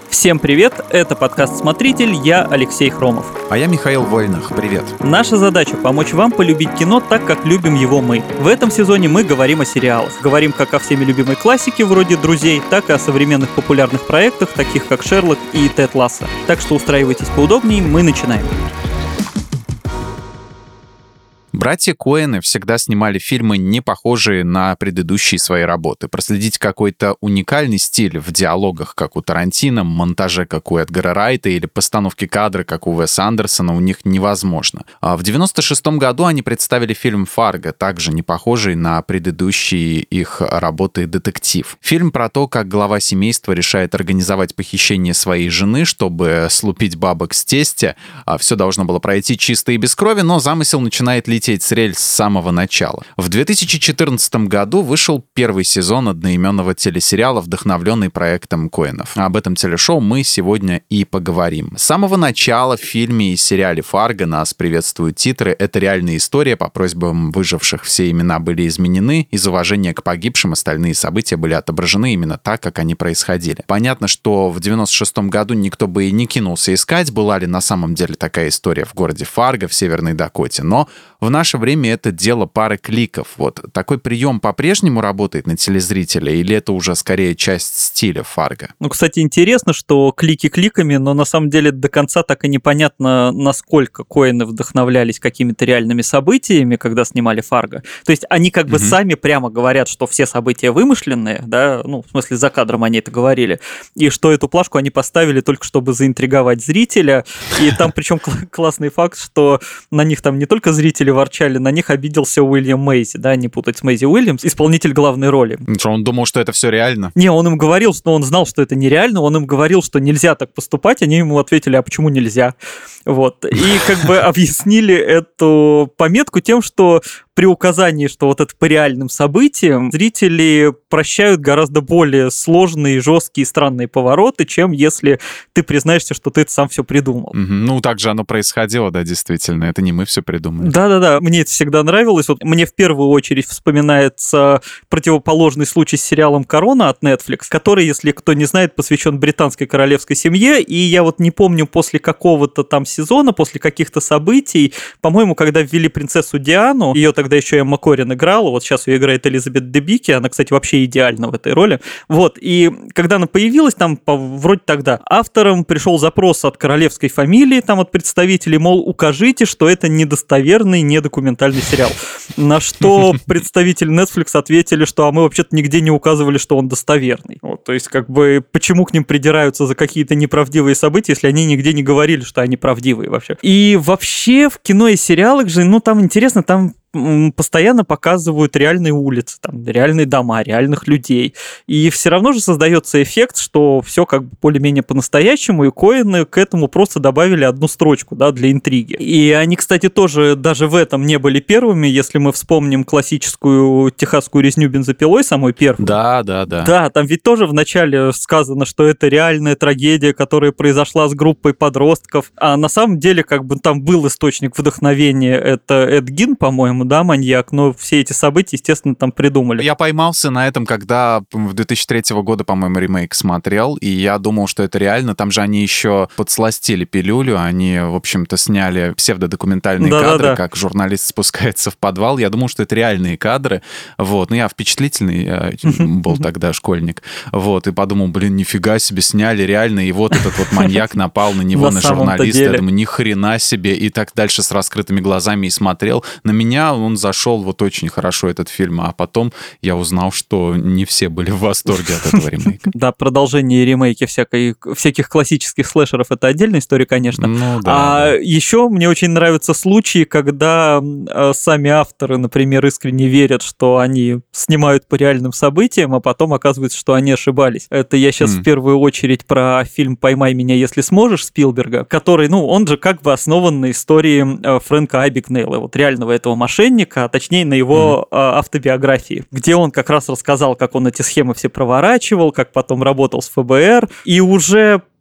Всем привет, это подкаст «Смотритель», я Алексей Хромов. А я Михаил Вольных, привет. Наша задача – помочь вам полюбить кино так, как любим его мы. В этом сезоне мы говорим о сериалах. Говорим как о всеми любимой классике, вроде «Друзей», так и о современных популярных проектах, таких как «Шерлок» и «Тед Лассо». Так что устраивайтесь поудобнее, мы начинаем. Братья Коэны всегда снимали фильмы, не похожие на предыдущие свои работы. Проследить какой-то уникальный стиль в диалогах, как у Тарантино, монтаже, как у Эдгара Райта, или постановке кадра, как у Уэса Андерсона, у них невозможно. А в 1996 году они представили фильм «Фарго», также не похожий на предыдущие их работы детектив. Фильм про то, как глава семейства решает организовать похищение своей жены, чтобы слупить бабок с тестя. Все должно было пройти чисто и без крови, но замысел начинает лететь с рельс с самого начала. В 2014 году вышел первый сезон одноименного телесериала, вдохновленный проектом Коэнов. Об этом телешоу мы сегодня и поговорим. С самого начала в фильме и сериале «Фарго» нас приветствуют титры. Это реальная история. По просьбам выживших все имена были изменены. Из уважения к погибшим остальные события были отображены именно так, как они происходили. Понятно, что в 96 году никто бы и не кинулся искать, была ли на самом деле такая история в городе Фарго в Северной Дакоте, но в наше время это дело пары кликов. Вот такой прием по-прежнему работает на телезрителя, или это уже скорее часть стиля Фарго? Ну, кстати, интересно, что клики кликами, но на самом деле до конца так и непонятно, насколько Коэны вдохновлялись какими-то реальными событиями, когда снимали Фарго. То есть они как бы сами прямо говорят, что все события вымышленные, да, ну, в смысле, за кадром они это говорили, и что эту плашку они поставили только чтобы заинтриговать зрителя, и там причем классный факт, что на них там не только зрители ворчали, на них обиделся Уильям Мэйзи, да, не путать с Мэйзи Уильямс, исполнитель главной роли. Что, он думал, что это все реально? Не, он им говорил, что он знал, что это нереально, он им говорил, что нельзя так поступать, они ему ответили, а почему нельзя? Вот. И как бы объяснили эту пометку тем, что при указании, что вот это по реальным событиям, зрители прощают гораздо более сложные, жесткие, странные повороты, чем если ты признаешься, что ты это сам все придумал. Ну, так же оно происходило, да, действительно. Это не мы все придумали. Да-да-да, мне это всегда нравилось. Вот мне в первую очередь вспоминается противоположный случай с сериалом «Корона» от Netflix, который, если кто не знает, посвящен британской королевской семье, и я вот не помню после какого-то там сезона, после каких-то событий, по-моему, когда ввели принцессу Диану, ее тогда еще Эмма Коррин играла, вот сейчас ее играет Элизабет Дебики, она, кстати, вообще идеальна в этой роли. Вот, и когда она появилась, там, вроде тогда, авторам пришел запрос от королевской фамилии, там, от представителей, мол, укажите, что это недостоверный, недокументальный сериал. На что представители Netflix ответили, что а мы вообще-то нигде не указывали, что он достоверный. Вот, то есть, как бы, почему к ним придираются за какие-то неправдивые события, если они нигде не говорили, что они правдивые вообще. И вообще в кино и сериалах же, ну, там интересно, там постоянно показывают реальные улицы, там, реальные дома, реальных людей. И все равно же создается эффект, что все как бы более-менее по-настоящему, и Коэны к этому просто добавили одну строчку, да, для интриги. И они, кстати, тоже даже в этом не были первыми, если мы вспомним классическую техасскую резню бензопилой, самую первую. Да. Да, там ведь тоже вначале сказано, что это реальная трагедия, которая произошла с группой подростков, а на самом деле как бы там был источник вдохновения, это Эд Гин, по-моему, да, маньяк, но все эти события, естественно, там придумали. Я поймался на этом, когда в 2003 года, по-моему, ремейк смотрел, и я думал, что это реально. Там же они еще подсластили пилюлю, они, в общем-то, сняли псевдодокументальные кадры, как журналист спускается в подвал. Я думал, что это реальные кадры, вот. Ну, я впечатлительный был тогда школьник, вот, и подумал, блин, нифига себе, сняли реально, и вот этот вот маньяк напал на него, на журналиста. Я думаю, ни хрена себе, и так дальше с раскрытыми глазами и смотрел. На меня он зашел вот очень хорошо, этот фильм, а потом я узнал, что не все были в восторге от этого ремейка. Да, продолжение и ремейки всяких классических слэшеров — это отдельная история, конечно. Ну, да. Еще мне очень нравятся случаи, когда сами авторы, например, искренне верят, что они снимают по реальным событиям, а потом оказывается, что они ошибались. Это я сейчас в первую очередь про фильм «Поймай меня, если сможешь» Спилберга, который, ну, он же как бы основан на истории Фрэнка Абигнейла, вот реального этого мошенника, а точнее на его автобиографии, где он как раз рассказал, как он эти схемы все проворачивал, как потом работал с ФБР, и уже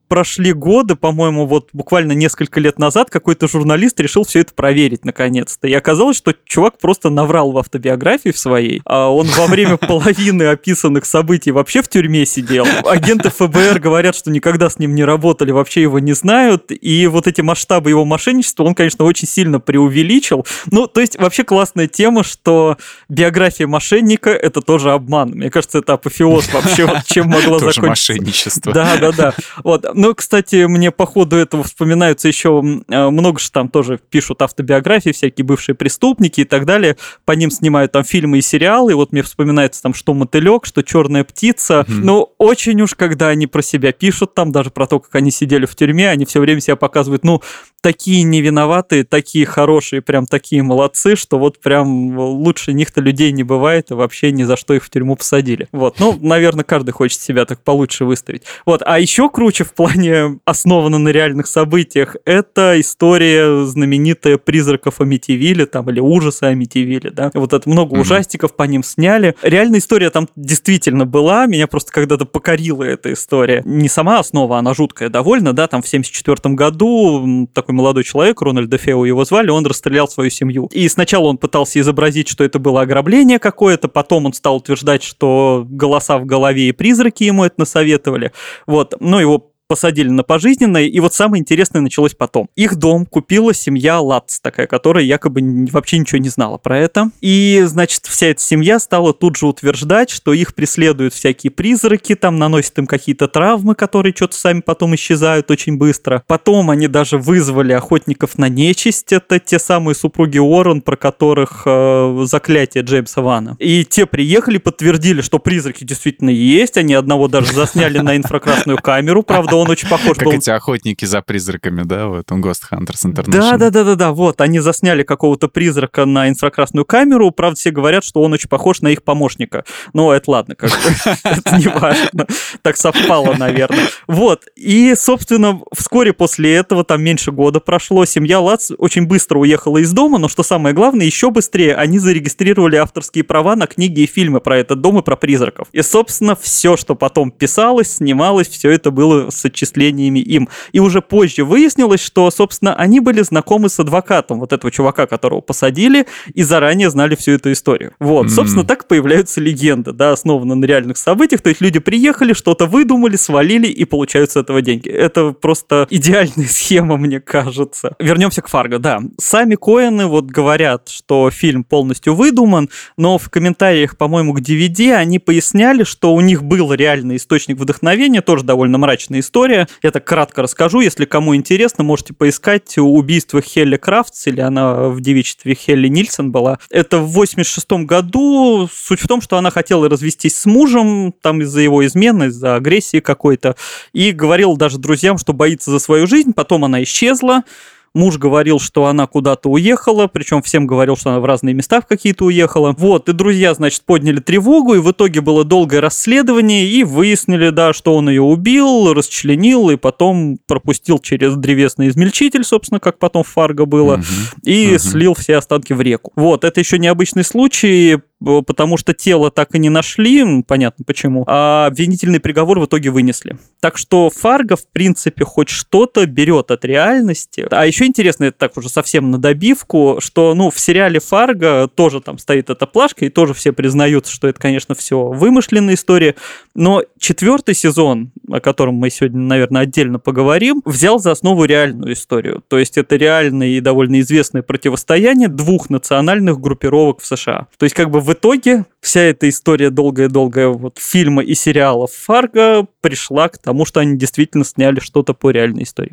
прошли годы, по-моему, вот буквально несколько лет назад какой-то журналист решил все это проверить наконец-то. И оказалось, что чувак просто наврал в автобиографии в своей. А он во время половины описанных событий вообще в тюрьме сидел. Агенты ФБР говорят, что никогда с ним не работали, вообще его не знают. И вот эти масштабы его мошенничества он, конечно, очень сильно преувеличил. Ну, то есть вообще классная тема, что биография мошенника — это тоже обман. Мне кажется, это апофеоз вообще, вот, чем могло закончиться. Тоже мошенничество. Да. Вот. Ну, кстати, мне по ходу этого вспоминаются еще много же там тоже пишут автобиографии, всякие бывшие преступники и так далее. По ним снимают там фильмы и сериалы. И вот мне вспоминается там, что «Мотылек», что «Черная птица». Ну, очень уж, когда они про себя пишут там, даже про то, как они сидели в тюрьме, они все время себя показывают, ну, такие невиноватые, такие хорошие, прям такие молодцы, что вот прям лучше них-то людей не бывает, и вообще ни за что их в тюрьму посадили. Вот, ну, наверное, каждый хочет себя так получше выставить. Вот, а еще круче в плане основано на реальных событиях, это история знаменитая «Призраков Амитивилля», там, или «Ужасы Амитивилля», да, вот это много ужастиков по ним сняли. Реальная история там действительно была, меня просто когда-то покорила эта история. Не сама основа, она жуткая довольно, да, там в 1974 году такой молодой человек, Рональд Дефео его звали, он расстрелял свою семью. И сначала он пытался изобразить, что это было ограбление какое-то, потом он стал утверждать, что голоса в голове и призраки ему это насоветовали. Вот, но его посадили на пожизненное, и вот самое интересное началось потом. Их дом купила семья Латц, такая, которая якобы вообще ничего не знала про это. И, значит, вся эта семья стала тут же утверждать, что их преследуют всякие призраки, там наносят им какие-то травмы, которые что-то сами потом исчезают очень быстро. Потом они даже вызвали охотников на нечисть, это те самые супруги Уоррен, про которых заклятие Джеймса Вана. И те приехали, подтвердили, что призраки действительно есть, они одного даже засняли на инфракрасную камеру, правда, он очень похож был. Как эти охотники за призраками, да, в этом Ghost Hunters International. Да, вот, они засняли какого-то призрака на инфракрасную камеру, правда, все говорят, что он очень похож на их помощника. Но это ладно, как-то, это не важно, так совпало, наверное. Вот, и, собственно, вскоре после этого, там меньше года прошло, семья Латц очень быстро уехала из дома, но что самое главное, еще быстрее они зарегистрировали авторские права на книги и фильмы про этот дом и про призраков. И, собственно, все, что потом писалось, снималось, все это было с отчислениями им. И уже позже выяснилось, что, собственно, они были знакомы с адвокатом вот этого чувака, которого посадили, и заранее знали всю эту историю. Вот, собственно, так появляются легенды, да, основаны на реальных событиях, то есть люди приехали, что-то выдумали, свалили и получают с этого деньги. Это просто идеальная схема, мне кажется. Вернемся к Фарго, да. Сами Коэны вот говорят, что фильм полностью выдуман, но в комментариях, по-моему, к DVD они поясняли, что у них был реальный источник вдохновения, тоже довольно мрачная история. Я так кратко расскажу, если кому интересно, можете поискать «Убийство Хелли Крафтс», или она в девичестве Хелли Нильсон была. Это в 1986 году. Суть в том, что она хотела развестись с мужем, там из-за его измены, из-за агрессии какой-то, и говорила даже друзьям, что боится за свою жизнь, потом она исчезла. Муж говорил, что она куда-то уехала, причем всем говорил, что она в разные места в какие-то уехала. Вот, и друзья, значит, подняли тревогу, и в итоге было долгое расследование, и выяснили, да, что он ее убил, расчленил, и потом пропустил через древесный измельчитель, собственно, как потом в Фарго было, и слил все останки в реку. Вот, это еще необычный случай, потому что тело так и не нашли, понятно почему, а обвинительный приговор в итоге вынесли. Так что Фарго, в принципе, хоть что-то берет от реальности. А еще интересно, это так уже совсем на добивку, что, ну, в сериале Фарго тоже там стоит эта плашка, и тоже все признаются, что это, конечно, все вымышленная история, но 4-й сезон, о котором мы сегодня, наверное, отдельно поговорим, взял за основу реальную историю. То есть это реальное и довольно известное противостояние двух национальных группировок в США. То есть как бы в итоге вся эта история долгая-долгая вот фильма и сериалов Фарго пришла к тому, что они действительно сняли что-то по реальной истории.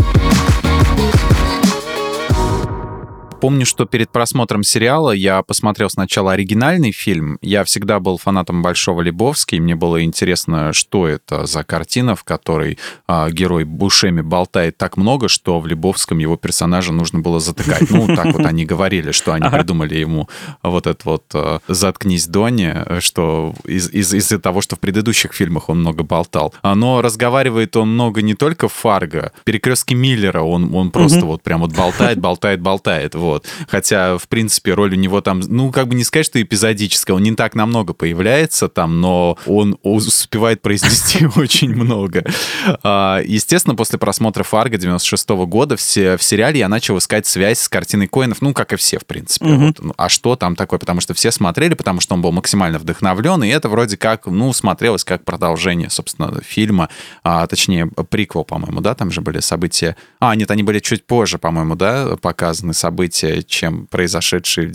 Помню, что перед просмотром сериала я посмотрел сначала оригинальный фильм. Я всегда был фанатом Большого Лебовски, и мне было интересно, что это за картина, в которой герой Бушеми болтает так много, что в Лебовском его персонажа нужно было затыкать. Ну, так вот они говорили, что они придумали ему вот это вот «заткнись, Донни», что из-за того, что в предыдущих фильмах он много болтал. Но разговаривает он много не только в «Фарго», в «Перекрестке Миллера» он просто вот прям вот болтает. Вот. Хотя, в принципе, роль у него там, ну, как бы не сказать, что эпизодическая, он не так намного появляется там, но он успевает произнести очень много. Естественно, после просмотра «Фарго» 96-го года в сериале я начал искать связь с картиной Коэнов, ну, как и все, в принципе. Вот. А что там такое? Потому что все смотрели, потому что он был максимально вдохновлен, и это вроде как, ну, смотрелось как продолжение, собственно, фильма, точнее, приквел, по-моему, да, там же были события... Нет, они были чуть позже, по-моему, да, показаны события, чем произошедшие в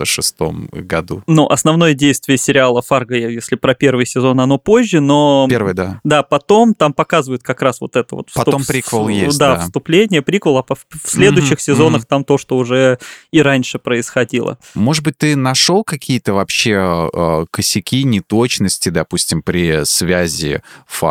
96-м году. Ну, основное действие сериала «Фарго», если про первый сезон, оно позже, но... Первый, да. Да, потом там показывают как раз вот это вот... Потом приквел есть, да. Вступление, приквел, а в следующих сезонах там то, что уже и раньше происходило. Может быть, ты нашел какие-то вообще косяки, неточности, допустим, при связи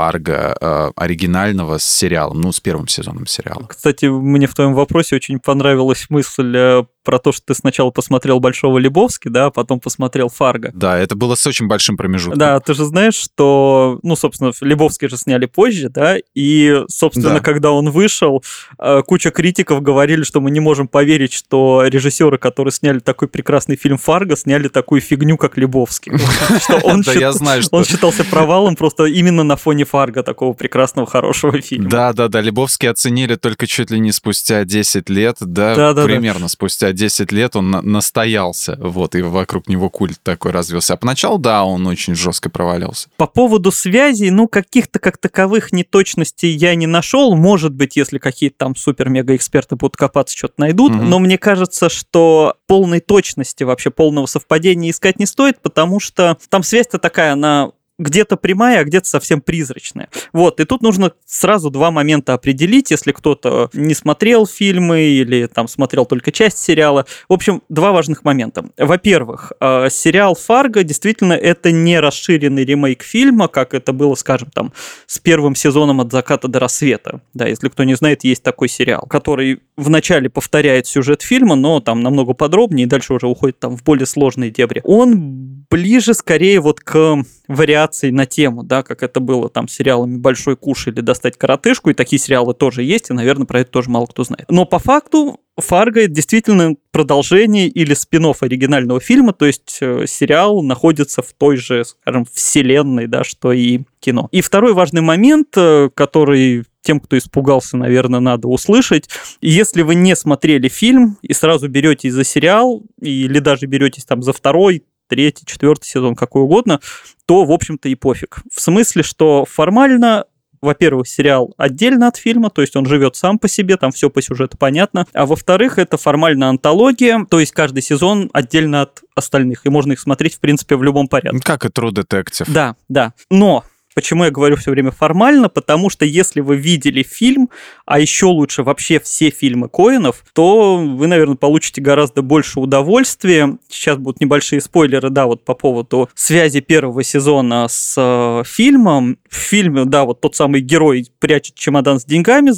«Фарго» оригинального с сериалом, ну, с первым сезоном сериала? Кстати, мне в твоем вопросе очень понравилась мысль про то, что ты сначала посмотрел «Большого Лебовски», да, а потом посмотрел «Фарго». Да, это было с очень большим промежутком. Да, ты же знаешь, что, ну, собственно, Лебовский же сняли позже, да, и, собственно, когда он вышел, куча критиков говорили, что мы не можем поверить, что режиссеры, которые сняли такой прекрасный фильм «Фарго», сняли такую фигню, как Лебовский. Он считался провалом просто именно на фоне «Фарго», такого прекрасного, хорошего фильма. Да, Лебовский оценили только чуть ли не спустя 10 лет, да, примерно спустя 10 лет он настоялся, вот, и вокруг него культ такой развился. А поначалу, да, он очень жестко провалился. По поводу связей, ну, каких-то как таковых неточностей я не нашел. Может быть, если какие-то там супер-мега-эксперты будут копаться, что-то найдут. Но мне кажется, что полной точности, вообще полного совпадения искать не стоит, потому что там связь-то такая, она... где-то прямая, а где-то совсем призрачная. Вот, и тут нужно сразу два момента определить, если кто-то не смотрел фильмы или там смотрел только часть сериала. В общем, два важных момента. Во-первых, сериал «Фарго» действительно это не расширенный ремейк фильма, как это было, скажем, там, с первым сезоном «От заката до рассвета». Да, если кто не знает, есть такой сериал, который вначале повторяет сюжет фильма, но там намного подробнее, и дальше уже уходит там в более сложные дебри. Он ближе скорее вот к вариации на тему, да, как это было там с сериалами «Большой куш» или «Достать коротышку», и такие сериалы тоже есть, и, наверное, про это тоже мало кто знает. Но по факту «Фарго» — это действительно продолжение или спин-офф оригинального фильма, то есть сериал находится в той же, скажем, вселенной, да, что и кино. И второй важный момент, который тем, кто испугался, наверное, надо услышать. Если вы не смотрели фильм и сразу беретесь за сериал, или даже беретесь там за второй, третий, четвертый сезон, какой угодно, то, в общем-то, и пофиг. В смысле, что формально, во-первых, сериал отдельно от фильма, то есть он живет сам по себе, там все по сюжету понятно, а во-вторых, это формально антология, то есть каждый сезон отдельно от остальных, и можно их смотреть, в принципе, в любом порядке. Как и True Detective. Да. Но... Почему я говорю все время формально? Потому что если вы видели фильм, а еще лучше вообще все фильмы Коэнов, то вы, наверное, получите гораздо больше удовольствия. Сейчас будут небольшие спойлеры, да, вот по поводу связи первого сезона с фильмом. В фильме, да, вот тот самый герой прячет чемодан с деньгами,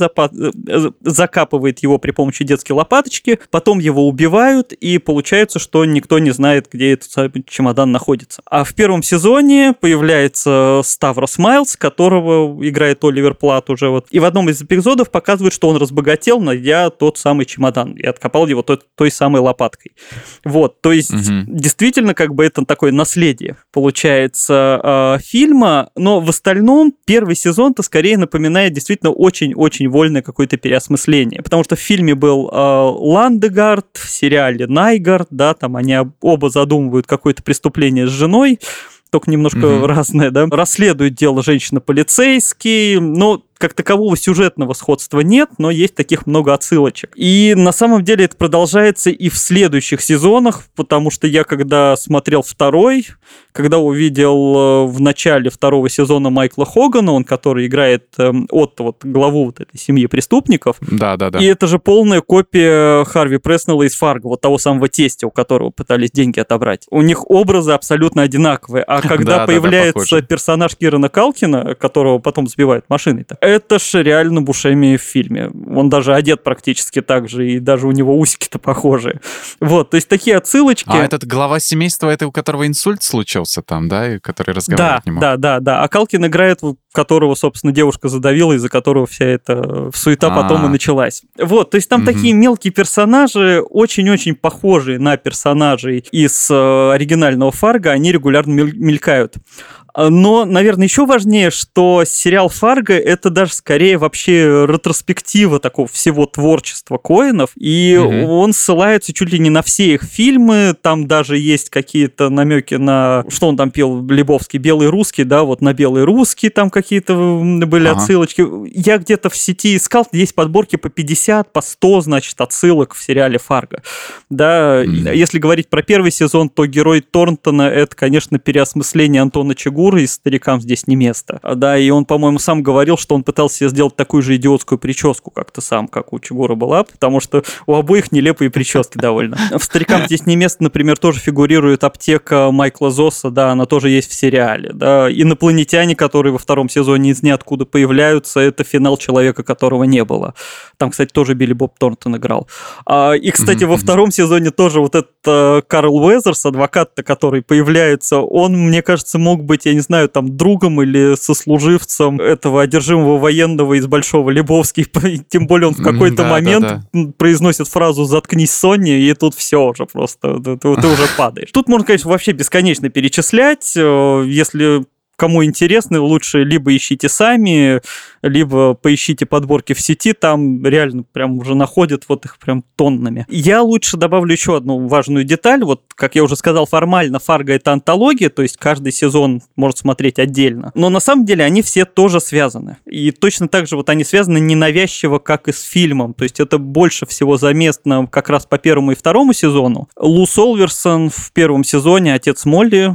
закапывает его при помощи детской лопаточки, потом его убивают, и получается, что никто не знает, где этот чемодан находится. А в первом сезоне появляется Ставрос Майлз, которого играет Оливер Плат уже вот. И в одном из эпизодов показывают, что он разбогател, найдя тот самый чемодан, и откопал его той самой лопаткой. Вот, то есть действительно как бы это такое наследие, получается, фильма, но в остальном первый сезон-то скорее напоминает действительно очень-очень вольное какое-то переосмысление, потому что в фильме был Ландегард, в сериале Найгард, да, там они оба задумывают какое-то преступление с женой, только немножко разное, да. Расследует дело женщина-полицейский, но как такового сюжетного сходства нет, но есть таких много отсылочек. И на самом деле это продолжается и в следующих сезонах, потому что я когда смотрел второй, когда увидел в начале второго сезона Майкла Хогана, он который играет Отто, вот главу вот этой семьи преступников. Да. И это же полная копия Харви Преснелла из «Фарго», вот того самого тестя, у которого пытались деньги отобрать. У них образы абсолютно одинаковые, а когда появляется персонаж Кирана Калкина, которого потом сбивают машиной-то, это ж реально Бушеми в фильме. Он даже одет практически так же, и даже у него усики-то похожие. Вот, то есть такие отсылочки. А этот глава семейства, это у которого инсульт случился там, да, и который разговаривать не мог? Да. А Калкин играет которого, собственно, девушка задавила, из-за которого вся эта суета потом и началась. Вот, то есть там такие мелкие персонажи, очень-очень похожие на персонажей из оригинального «Фарго», они регулярно мелькают. Но, наверное, еще важнее, что сериал «Фарго» — это даже скорее вообще ретроспектива такого всего творчества Коэнов, и он ссылается чуть ли не на все их фильмы, там даже есть какие-то намеки на... Что он там пел, Лебовский? «Белый русский», да, вот на «Белый русский» там какие-то были отсылочки. Я где-то в сети искал, есть подборки по 50, по 100, значит, отсылок в сериале «Фарго». Да, если говорить про первый сезон, то герой Торнтона — это, конечно, переосмысление Антона Чигура, и старикам здесь не место. Да, и он, по-моему, сам говорил, что он пытался себе сделать такую же идиотскую прическу как-то сам, как у Чигура была, потому что у обоих нелепые прически довольно. В «Старикам здесь не место», например, тоже фигурирует аптека Майкла Зосса, да, она тоже есть в сериале. Да. Инопланетяне, которые во втором сезоне из ниоткуда появляются, это финал «Человека, которого не было». Там, кстати, тоже Билли Боб Торнтон играл. И, кстати, во втором сезоне тоже вот этот Карл Уэзерс, адвокат, который появляется, он, мне кажется, мог быть, я не знаю, там, другом или сослуживцем этого одержимого военного из Большого Лебовски. Тем более он в какой-то момент произносит фразу «заткнись, Сонни», и тут все уже просто, ты уже падаешь. Тут можно, конечно, вообще бесконечно перечислять. Если кому интересно, лучше либо ищите сами, либо поищите подборки в сети, там реально прям уже находят вот их прям тоннами. Я лучше добавлю еще одну важную деталь. Вот, как я уже сказал, формально «Фарго» — это антология, то есть каждый сезон может смотреть отдельно. Но на самом деле они все тоже связаны. И точно так же вот они связаны ненавязчиво, как и с фильмом. То есть это больше всего заметно как раз по первому и второму сезону. Лу Солверсон в первом сезоне, отец Молли,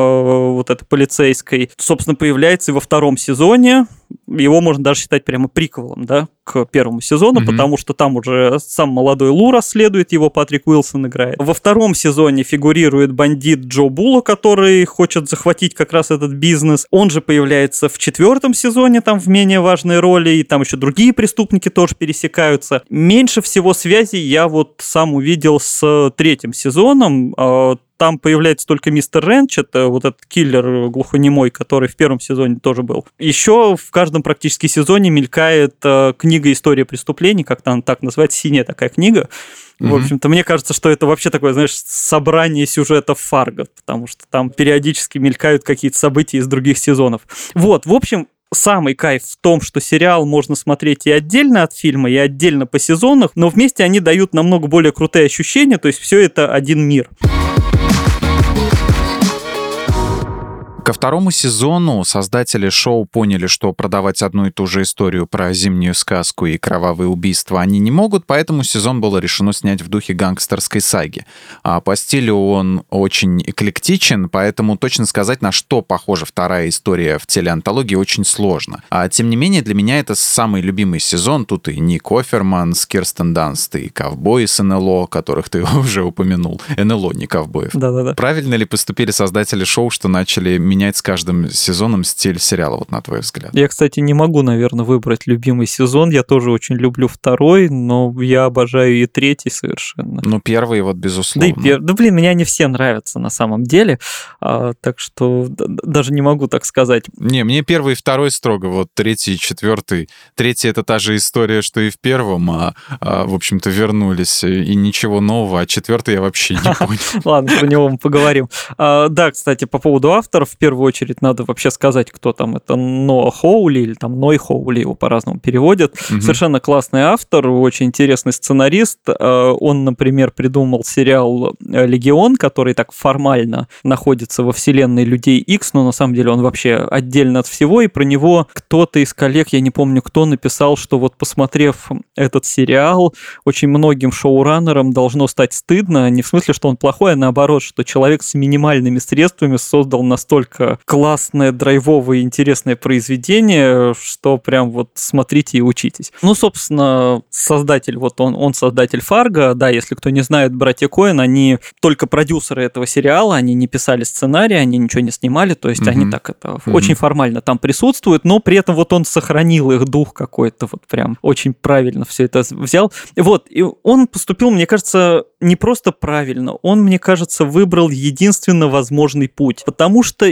вот этой полицейской, собственно, появляется и во втором сезоне. Его можно даже считать прямо приквелом, да, к первому сезону, потому что там уже сам молодой Лу расследует, его Патрик Уилсон играет. Во втором сезоне фигурирует бандит Джо Булла, который хочет захватить как раз этот бизнес. Он же появляется в четвертом сезоне, там в менее важной роли, и там еще другие преступники тоже пересекаются. Меньше всего связей я вот сам увидел с третьим сезоном. Там появляется только мистер Ренч, это вот этот киллер глухонемой, который в первом сезоне тоже был. Еще в каждом практически сезоне мелькает книга «История преступлений», как-то она так называется, синяя такая книга. В общем-то, мне кажется, что это вообще такое, знаешь, собрание сюжетов «Фарго», потому что там периодически мелькают какие-то события из других сезонов. Вот, в общем, самый кайф в том, что сериал можно смотреть и отдельно от фильма, и отдельно по сезонах, но вместе они дают намного более крутые ощущения, то есть все это один мир. Ко второму сезону создатели шоу поняли, что продавать одну и ту же историю про зимнюю сказку и кровавые убийства они не могут, поэтому сезон было решено снять в духе гангстерской саги. А по стилю он очень эклектичен, поэтому точно сказать, на что похожа вторая история в телеантологии, очень сложно. А тем не менее, для меня это самый любимый сезон. Тут и Ник Офферман с Кирстен Данст, и ковбои с НЛО, которых ты уже упомянул. НЛО, не ковбоев. Да-да-да. Правильно ли поступили создатели шоу, что начали менять с каждым сезоном стиль сериала, вот на твой взгляд? Я, кстати, не могу, наверное, выбрать любимый сезон. Я тоже очень люблю второй, но я обожаю и третий совершенно. Ну, первый вот, безусловно. Да, блин, мне они все нравятся на самом деле, так что даже не могу так сказать. Не, мне первый и второй строго, вот третий и четвертый. Третий — это та же история, что и в первом, в общем-то, вернулись, и ничего нового, а четвертый я вообще не понял. Ладно, про него мы поговорим. Да, кстати, по поводу авторов, в первую очередь надо вообще сказать, кто там. Это Ноа Хоули или там Ной Хоули, его по-разному переводят. Совершенно классный автор, очень интересный сценарист. Он, например, придумал сериал «Легион», который так формально находится во вселенной Людей Икс, но на самом деле он вообще отдельно от всего, и про него кто-то из коллег, я не помню кто, написал, что вот посмотрев этот сериал, очень многим шоураннерам должно стать стыдно, не в смысле, что он плохой, а наоборот, что человек с минимальными средствами создал настолько классное, драйвовое, интересное произведение, что прям вот смотрите и учитесь. Ну, собственно, создатель, вот он создатель «Фарго», да, если кто не знает, братья Коэн, они только продюсеры этого сериала, они не писали сценарий, они ничего не снимали, то есть они так это очень формально там присутствуют, но при этом вот он сохранил их дух какой-то, вот прям очень правильно все это взял. Вот, и он поступил, мне кажется, не просто правильно, он, мне кажется, выбрал единственно возможный путь, потому что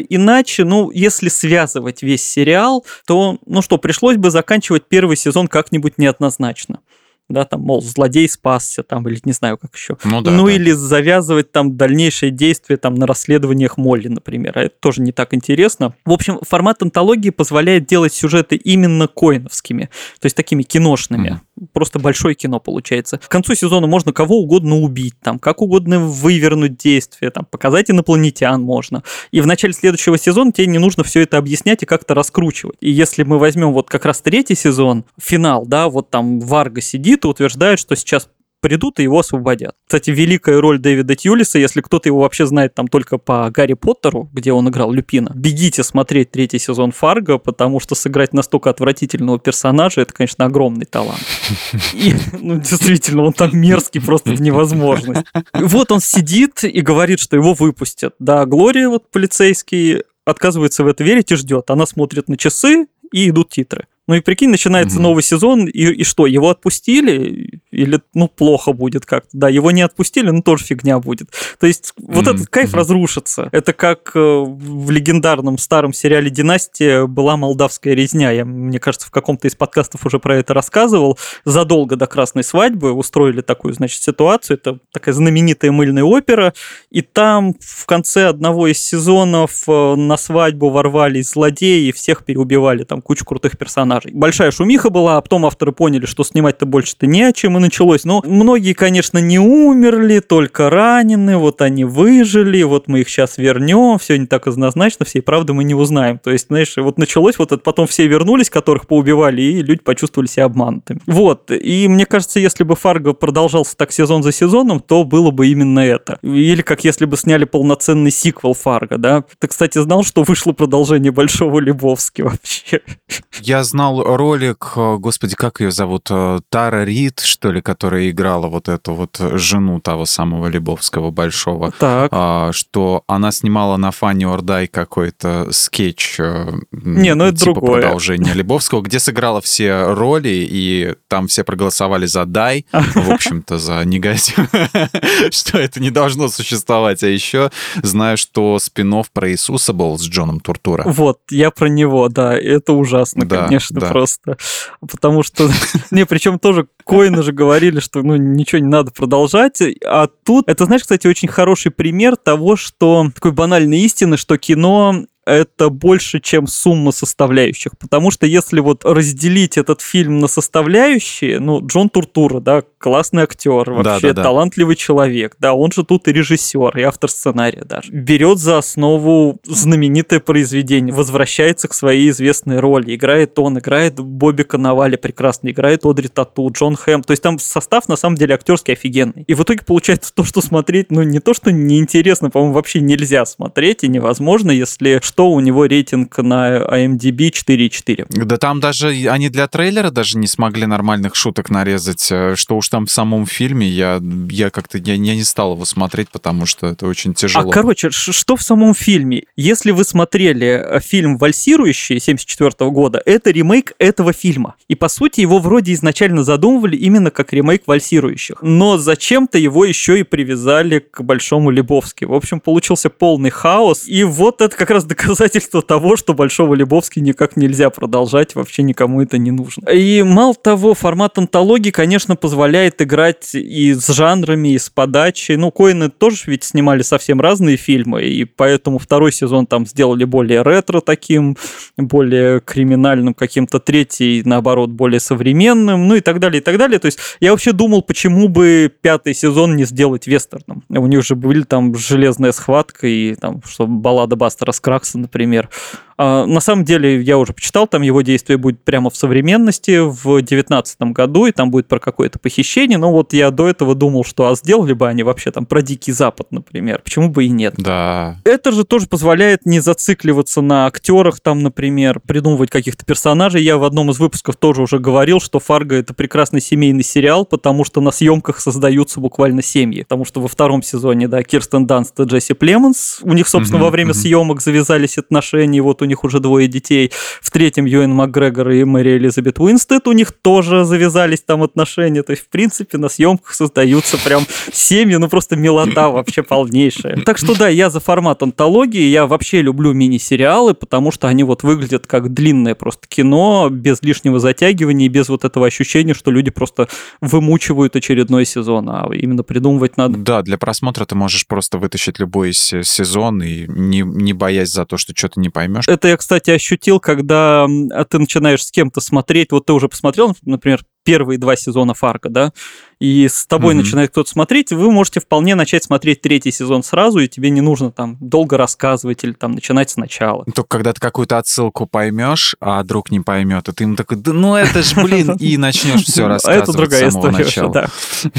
иначе, если связывать весь сериал, то, пришлось бы заканчивать первый сезон как-нибудь неоднозначно. Да, там, мол, злодей спасся, там, или не знаю, как еще. Или завязывать там дальнейшие действия там на расследованиях Молли, например. А это тоже не так интересно. В общем, формат антологии позволяет делать сюжеты именно коэновскими, то есть такими киношными. Просто большое кино получается. К концу сезона можно кого угодно убить, там, как угодно вывернуть действие, там, показать инопланетян можно. И в начале следующего сезона тебе не нужно все это объяснять и как-то раскручивать. И если мы возьмем вот как раз третий сезон, финал, да, вот там Варга сидит и утверждает, что сейчас придут и его освободят. Кстати, великая роль Дэвида Тьюлиса, если кто-то его вообще знает там только по Гарри Поттеру, где он играл Люпина, бегите смотреть третий сезон Фарго, потому что сыграть настолько отвратительного персонажа, это, конечно, огромный талант. И, действительно, он там мерзкий просто в невозможность. Вот он сидит и говорит, что его выпустят. Да, Глория, вот полицейский, отказывается в это верить и ждет. Она смотрит на часы, и идут титры. И прикинь, начинается новый сезон, и что, его отпустили? Или, плохо будет как-то? Да, его не отпустили, тоже фигня будет. То есть вот этот кайф разрушится. Это как в легендарном старом сериале «Династия» была молдавская резня. Я, мне кажется, в каком-то из подкастов уже про это рассказывал. Задолго до красной свадьбы устроили такую, ситуацию. Это такая знаменитая мыльная опера. И там в конце одного из сезонов на свадьбу ворвались злодеи и всех переубивали. Там кучу крутых персонажей. Большая шумиха была, а потом авторы поняли, что снимать-то больше-то не о чем, и началось. Но многие, конечно, не умерли, только ранены, вот они выжили, вот мы их сейчас вернем, все не так однозначно, всей правды мы не узнаем. То есть, знаешь, вот началось, вот это потом все вернулись, которых поубивали, и люди почувствовали себя обманутыми. Вот, и мне кажется, если бы Фарго продолжался так сезон за сезоном, то было бы именно это. Или как если бы сняли полноценный сиквел Фарго, да? Ты, кстати, знал, что вышло продолжение Большого Лебовски вообще? Я знал ролик, господи, как ее зовут, Тара Рид, что ли, которая играла вот эту вот жену того самого Лебовского большого, что она снимала на Funny or Die какой-то скетч, это типа другое. Продолжение Лебовского, где сыграла все роли, и там все проголосовали за Die, в общем-то, за негатив, что это не должно существовать. А еще знаю, что спин-офф про Иисуса был с Джоном Туртуро. Вот, я про него, да, это ужасно, конечно. Просто. Потому что... причем тоже Коэны же говорили, что ничего не надо продолжать. А тут... Это, знаешь, кстати, очень хороший пример того, что... Такой банальной истины, что кино... это больше, чем сумма составляющих. Потому что если вот разделить этот фильм на составляющие, Джон Туртуро, да, классный актер, вообще талантливый человек, да, он же тут и режиссер, и автор сценария даже. Берет за основу знаменитое произведение, возвращается к своей известной роли. Играет Бобби Канавали прекрасно, играет Одри Тату, Джон Хэм. То есть там состав, на самом деле, актерский офигенный. И в итоге получается то, что смотреть, не то, что неинтересно, по-моему, вообще нельзя смотреть, и невозможно, если что, у него рейтинг на IMDb 4,4. Да там даже они для трейлера даже не смогли нормальных шуток нарезать. Что уж там в самом фильме, я как-то не стал его смотреть, потому что это очень тяжело. Что в самом фильме? Если вы смотрели фильм «Вальсирующий» 1974 года, это ремейк этого фильма. И, по сути, его вроде изначально задумывали именно как ремейк «Вальсирующих». Но зачем-то его еще и привязали к Большому Лебовски. В общем, получился полный хаос. И вот это как раз доказательство того, что Большого Лебовски никак нельзя продолжать, вообще никому это не нужно. И мало того, формат антологии, конечно, позволяет играть и с жанрами, и с подачей. Коэны тоже ведь снимали совсем разные фильмы, и поэтому второй сезон там сделали более ретро таким, более криминальным каким-то, третий, наоборот, более современным, и так далее, и так далее. То есть я вообще думал, почему бы пятый сезон не сделать вестерном. У них же были там железная схватка и там, что баллада Бастера Скраггса, например. На самом деле, я уже почитал, там его действие будет прямо в современности в 19 году, и там будет про какое-то похищение, но вот я до этого думал, что сделали бы они вообще там про Дикий Запад, например, почему бы и нет. Да. Это же тоже позволяет не зацикливаться на актерах, там, например, придумывать каких-то персонажей. Я в одном из выпусков тоже уже говорил, что «Фарго» — это прекрасный семейный сериал, потому что на съемках создаются буквально семьи, потому что во втором сезоне, да, Кирстен Данст и Джесси Племонс, у них, собственно, во время съемок завязались отношения, вот у них уже 2 детей. В 3-м Юэн Макгрегор и Мэри Элизабет Уинстед, у них тоже завязались там отношения. То есть, в принципе, на съемках создаются прям семьи, ну просто милота вообще полнейшая. Так что да, я за формат антологии, я вообще люблю мини-сериалы, потому что они вот выглядят как длинное просто кино, без лишнего затягивания и без вот этого ощущения, что люди просто вымучивают очередной сезон, а именно придумывать надо. Да, для просмотра ты можешь просто вытащить любой сезон и не боясь за то, что что-то не поймешь. Это я, кстати, ощутил, когда ты начинаешь с кем-то смотреть, вот ты уже посмотрел, например, первые 2 сезона Фарго, да, и с тобой начинает кто-то смотреть, вы можете вполне начать смотреть 3-й сезон сразу, и тебе не нужно там долго рассказывать или там начинать сначала. Только когда ты какую-то отсылку поймешь, а друг не поймет, и ты ему такой, да ну это ж, блин, и начнешь все рассказывать с самого начала.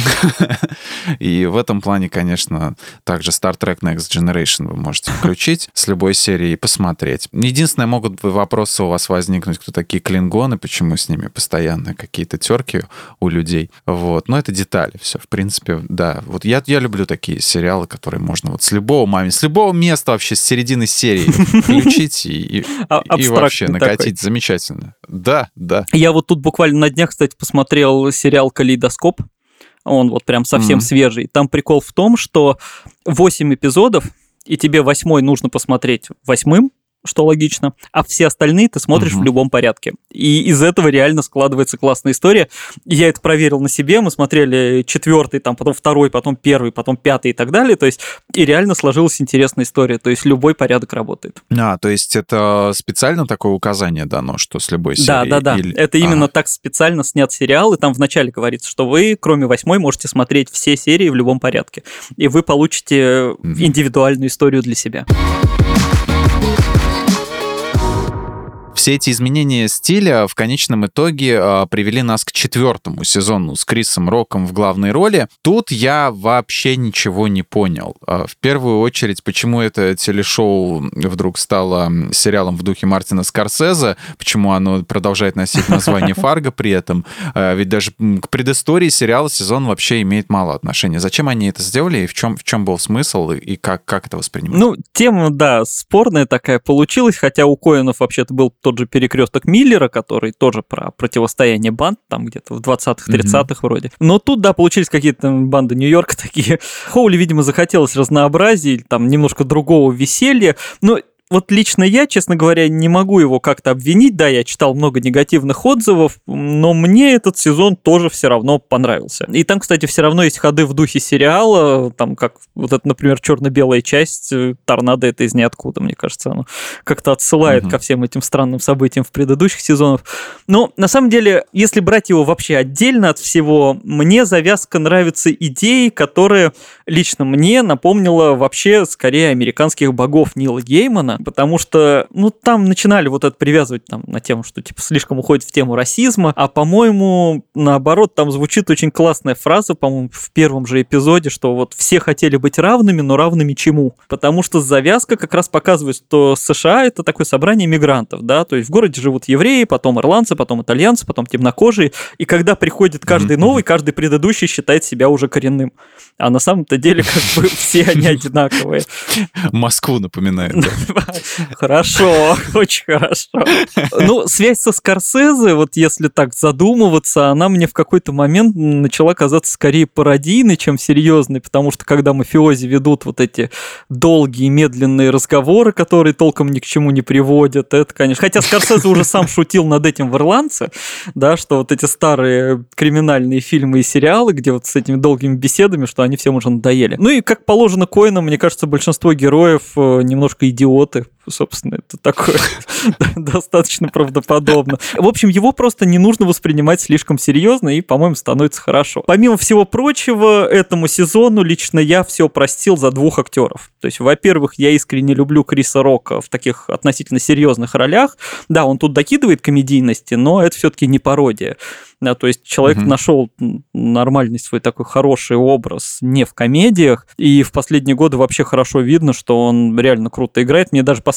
И в этом плане, конечно, также Star Trek Next Generation вы можете включить с любой серии и посмотреть. Единственное, могут вопросы у вас возникнуть, кто такие клингоны, почему с ними постоянно какие-то терки у людей. Вот. Но это детали все. В принципе, да. Вот я люблю такие сериалы, которые можно вот с любого места вообще, с середины серии включить и вообще накатить. Такой. Замечательно. Да, да. Я вот тут буквально на днях, кстати, посмотрел сериал «Калейдоскоп». Он вот прям совсем свежий. Там прикол в том, что 8 эпизодов, и тебе 8-й нужно посмотреть 8-м, что логично, а все остальные ты смотришь в любом порядке. И из этого реально складывается классная история. Я это проверил на себе, мы смотрели 4-й, там, потом 2-й, потом 1-й, потом 5-й и так далее, то есть и реально сложилась интересная история, то есть любой порядок работает. То есть это специально такое указание дано, что с любой серии? Да. Это именно так специально снят сериал, и там вначале говорится, что вы, кроме 8-й, можете смотреть все серии в любом порядке, и вы получите индивидуальную историю для себя. Все эти изменения стиля в конечном итоге привели нас к 4-му сезону с Крисом Роком в главной роли. Тут я вообще ничего не понял. В первую очередь, почему это телешоу вдруг стало сериалом в духе Мартина Скорсезе, почему оно продолжает носить название «Фарго» при этом. Ведь даже к предыстории сериала сезон вообще имеет мало отношения. Зачем они это сделали, и в чем был смысл, и как это воспринимать? Тема, да, спорная такая получилась, хотя у Коэнов вообще-то был тот же «Перекресток Миллера», который тоже про противостояние банд, там где-то в 20-х, 30-х вроде. Но тут, да, получились какие-то банды Нью-Йорка такие. Хоули, видимо, захотелось разнообразия, там немножко другого веселья, но вот лично я, честно говоря, не могу его как-то обвинить. Да, я читал много негативных отзывов, но мне этот сезон тоже все равно понравился. И там, кстати, все равно есть ходы в духе сериала, там как вот это, например, черно-белая часть «Торнадо» — это из ниоткуда, мне кажется, оно как-то отсылает ко всем этим странным событиям в предыдущих сезонах. Но на самом деле, если брать его вообще отдельно от всего, мне завязка нравится идеей, которая лично мне напомнила вообще скорее американских богов Нила Геймана, потому что, там начинали вот это привязывать там, на тему, что типа слишком уходит в тему расизма, а, по-моему, наоборот, там звучит очень классная фраза, по-моему, в первом же эпизоде, что вот все хотели быть равными, но равными чему? Потому что завязка как раз показывает, что США — это такое собрание мигрантов, да, то есть в городе живут евреи, потом ирландцы, потом итальянцы, потом темнокожие, и когда приходит каждый новый, каждый предыдущий считает себя уже коренным. А на самом-то деле как бы все они одинаковые. Москву напоминает. Хорошо, очень хорошо. Связь со Скорсезе, вот если так задумываться, она мне в какой-то момент начала казаться скорее пародийной, чем серьезной, потому что когда мафиози ведут вот эти долгие, медленные разговоры, которые толком ни к чему не приводят, это, конечно... Хотя Скорсезе уже сам шутил над этим в «Ирландце», да, что вот эти старые криминальные фильмы и сериалы, где вот с этими долгими беседами, что они всем уже надоели. И как положено Коэнам, мне кажется, большинство героев немножко идиоты. Собственно, это такое достаточно правдоподобно. В общем, его просто не нужно воспринимать слишком серьезно, и, по-моему, становится хорошо. Помимо всего прочего, этому сезону лично я все простил за 2 актеров. То есть, во-первых, я искренне люблю Криса Рока в таких относительно серьезных ролях. Да, он тут докидывает комедийности, но это все-таки не пародия. Да, то есть человек нашел нормальный свой такой хороший образ не в комедиях, и в последние годы вообще хорошо видно, что он реально круто играет. Мне даже последний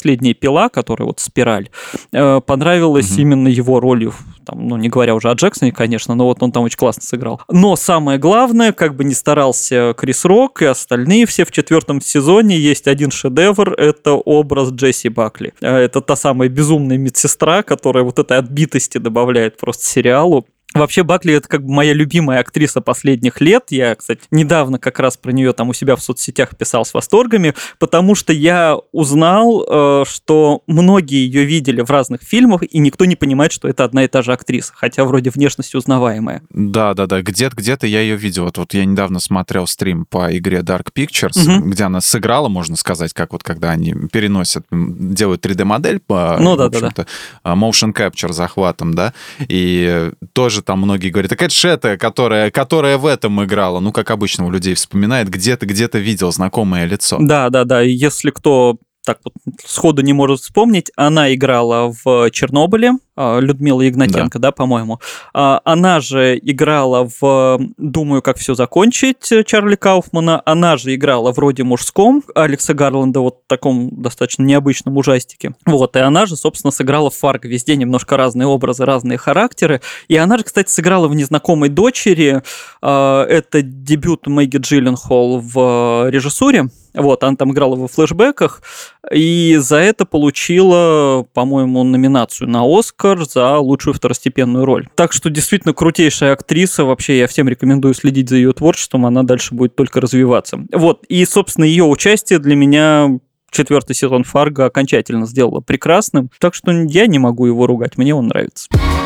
последняя «Пила», которая вот «Спираль», понравилась именно его ролью, там, ну, не говоря уже о Джексоне, конечно, но вот он там очень классно сыграл. Но самое главное, как бы ни старался Крис Рок и остальные все, в 4-м сезоне есть один шедевр, это образ Джесси Бакли. Это та самая безумная медсестра, которая вот этой отбитости добавляет просто сериалу. Вообще, Бакли — это как бы моя любимая актриса последних лет. Я, кстати, недавно как раз про нее там у себя в соцсетях писал с восторгами, потому что я узнал, что многие ее видели в разных фильмах, и никто не понимает, что это одна и та же актриса, хотя вроде внешность узнаваемая. Да, где-то я ее видел. Вот я недавно смотрел стрим по игре Dark Pictures, где она сыграла, можно сказать, как вот когда они переносят, делают 3D-модель по, в общем-то, motion capture захватом, да, и тоже там многие говорят, так это же это, которая в этом играла. Ну, как обычно у людей вспоминает, где-то видел знакомое лицо. Да. Если кто так вот сходу не может вспомнить, она играла в «Чернобыле», Людмила Игнатенко, да, по-моему. Она же играла в «Думаю, как все закончить» Чарли Кауфмана, она же играла вроде «Мужском» Алекса Гарланда, вот в таком достаточно необычном ужастике. Вот, и она же, собственно, сыграла в «Фарго». Везде немножко разные образы, разные характеры. И она же, кстати, сыграла в «Незнакомой дочери». Это дебют Мэгги Джилленхол в режиссуре. Вот, она там играла во флешбеках, и за это получила, по-моему, номинацию на «Оскар» за лучшую второстепенную роль. Так что действительно крутейшая актриса, вообще я всем рекомендую следить за ее творчеством, она дальше будет только развиваться. Вот, и, собственно, ее участие для меня 4-й сезон «Фарго» окончательно сделало прекрасным, так что я не могу его ругать, мне он нравится.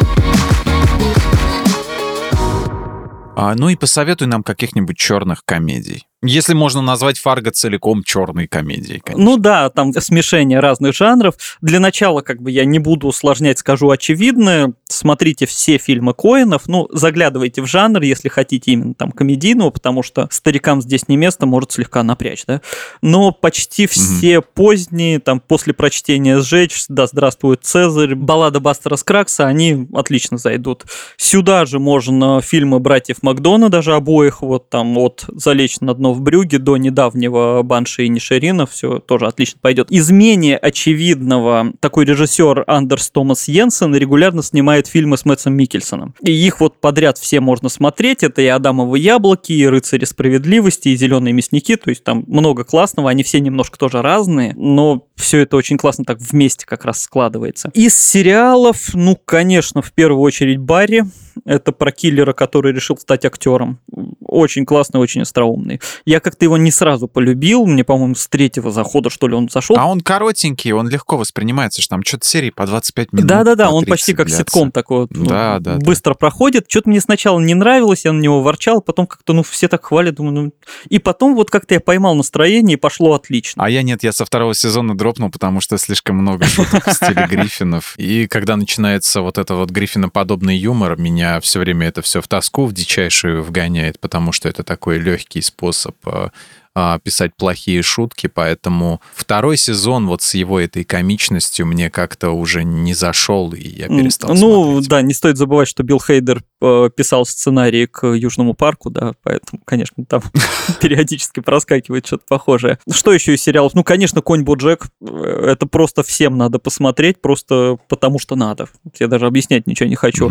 Ну и посоветуй нам каких-нибудь черных комедий. Если можно назвать «Фарго» целиком черной комедией, конечно. Ну да, там смешение разных жанров. Для начала, как бы я не буду усложнять, скажу очевидное. Смотрите все фильмы Коэнов, ну, заглядывайте в жанр, если хотите именно там комедийного, потому что старикам здесь не место, может слегка напрячь, да. Но почти все поздние, там, после прочтения «Сжечь», «Да здравствует Цезарь», «Баллада Бастера Скраггса», они отлично зайдут. Сюда же можно фильмы братьев Макдона, даже обоих, вот там от «Залечь на дно в Брюгге» до недавнего «Банши и Ниширина», все тоже отлично пойдет. Из менее очевидного такой режиссер Андерс Томас Йенсен регулярно снимает фильмы с Мэтсом Миккельсоном. И их вот подряд все можно смотреть. Это и «Адамовы яблоки», и «Рыцари справедливости», и «Зеленые мясники». То есть там много классного, они все немножко тоже разные, но все это очень классно так вместе как раз складывается. Из сериалов, ну, конечно, в первую очередь «Барри». Это про киллера, который решил стать актером. Очень классный, очень остроумный. Я как-то его не сразу полюбил. Мне, по-моему, с 3-го захода, что ли, он зашел. А он коротенький, он легко воспринимается, что там что-то серии по 25 минут. Да, он почти как ситком такой вот, быстро проходит. Что-то мне сначала не нравилось, я на него ворчал, потом как-то, все так хвалят, думаю, И потом вот как-то я поймал настроение, и пошло отлично. А я нет, я со 2-го сезона дропнул, потому что слишком много шуток в стиле Гриффинов. И когда начинается вот это вот Гриффиноподобный юмор, меня все время это все в тоску, в дичайшую вгоняет, потому что это такой легкий способ писать плохие шутки, поэтому 2-й сезон вот с его этой комичностью мне как-то уже не зашел, и я перестал смотреть. Да, не стоит забывать, что Билл Хейдер писал сценарий к «Южному парку», да, поэтому, конечно, там периодически проскакивает что-то похожее. Что еще из сериалов? Ну, конечно, «Конь Боджек». Это просто всем надо посмотреть, просто потому что надо. Я даже объяснять ничего не хочу.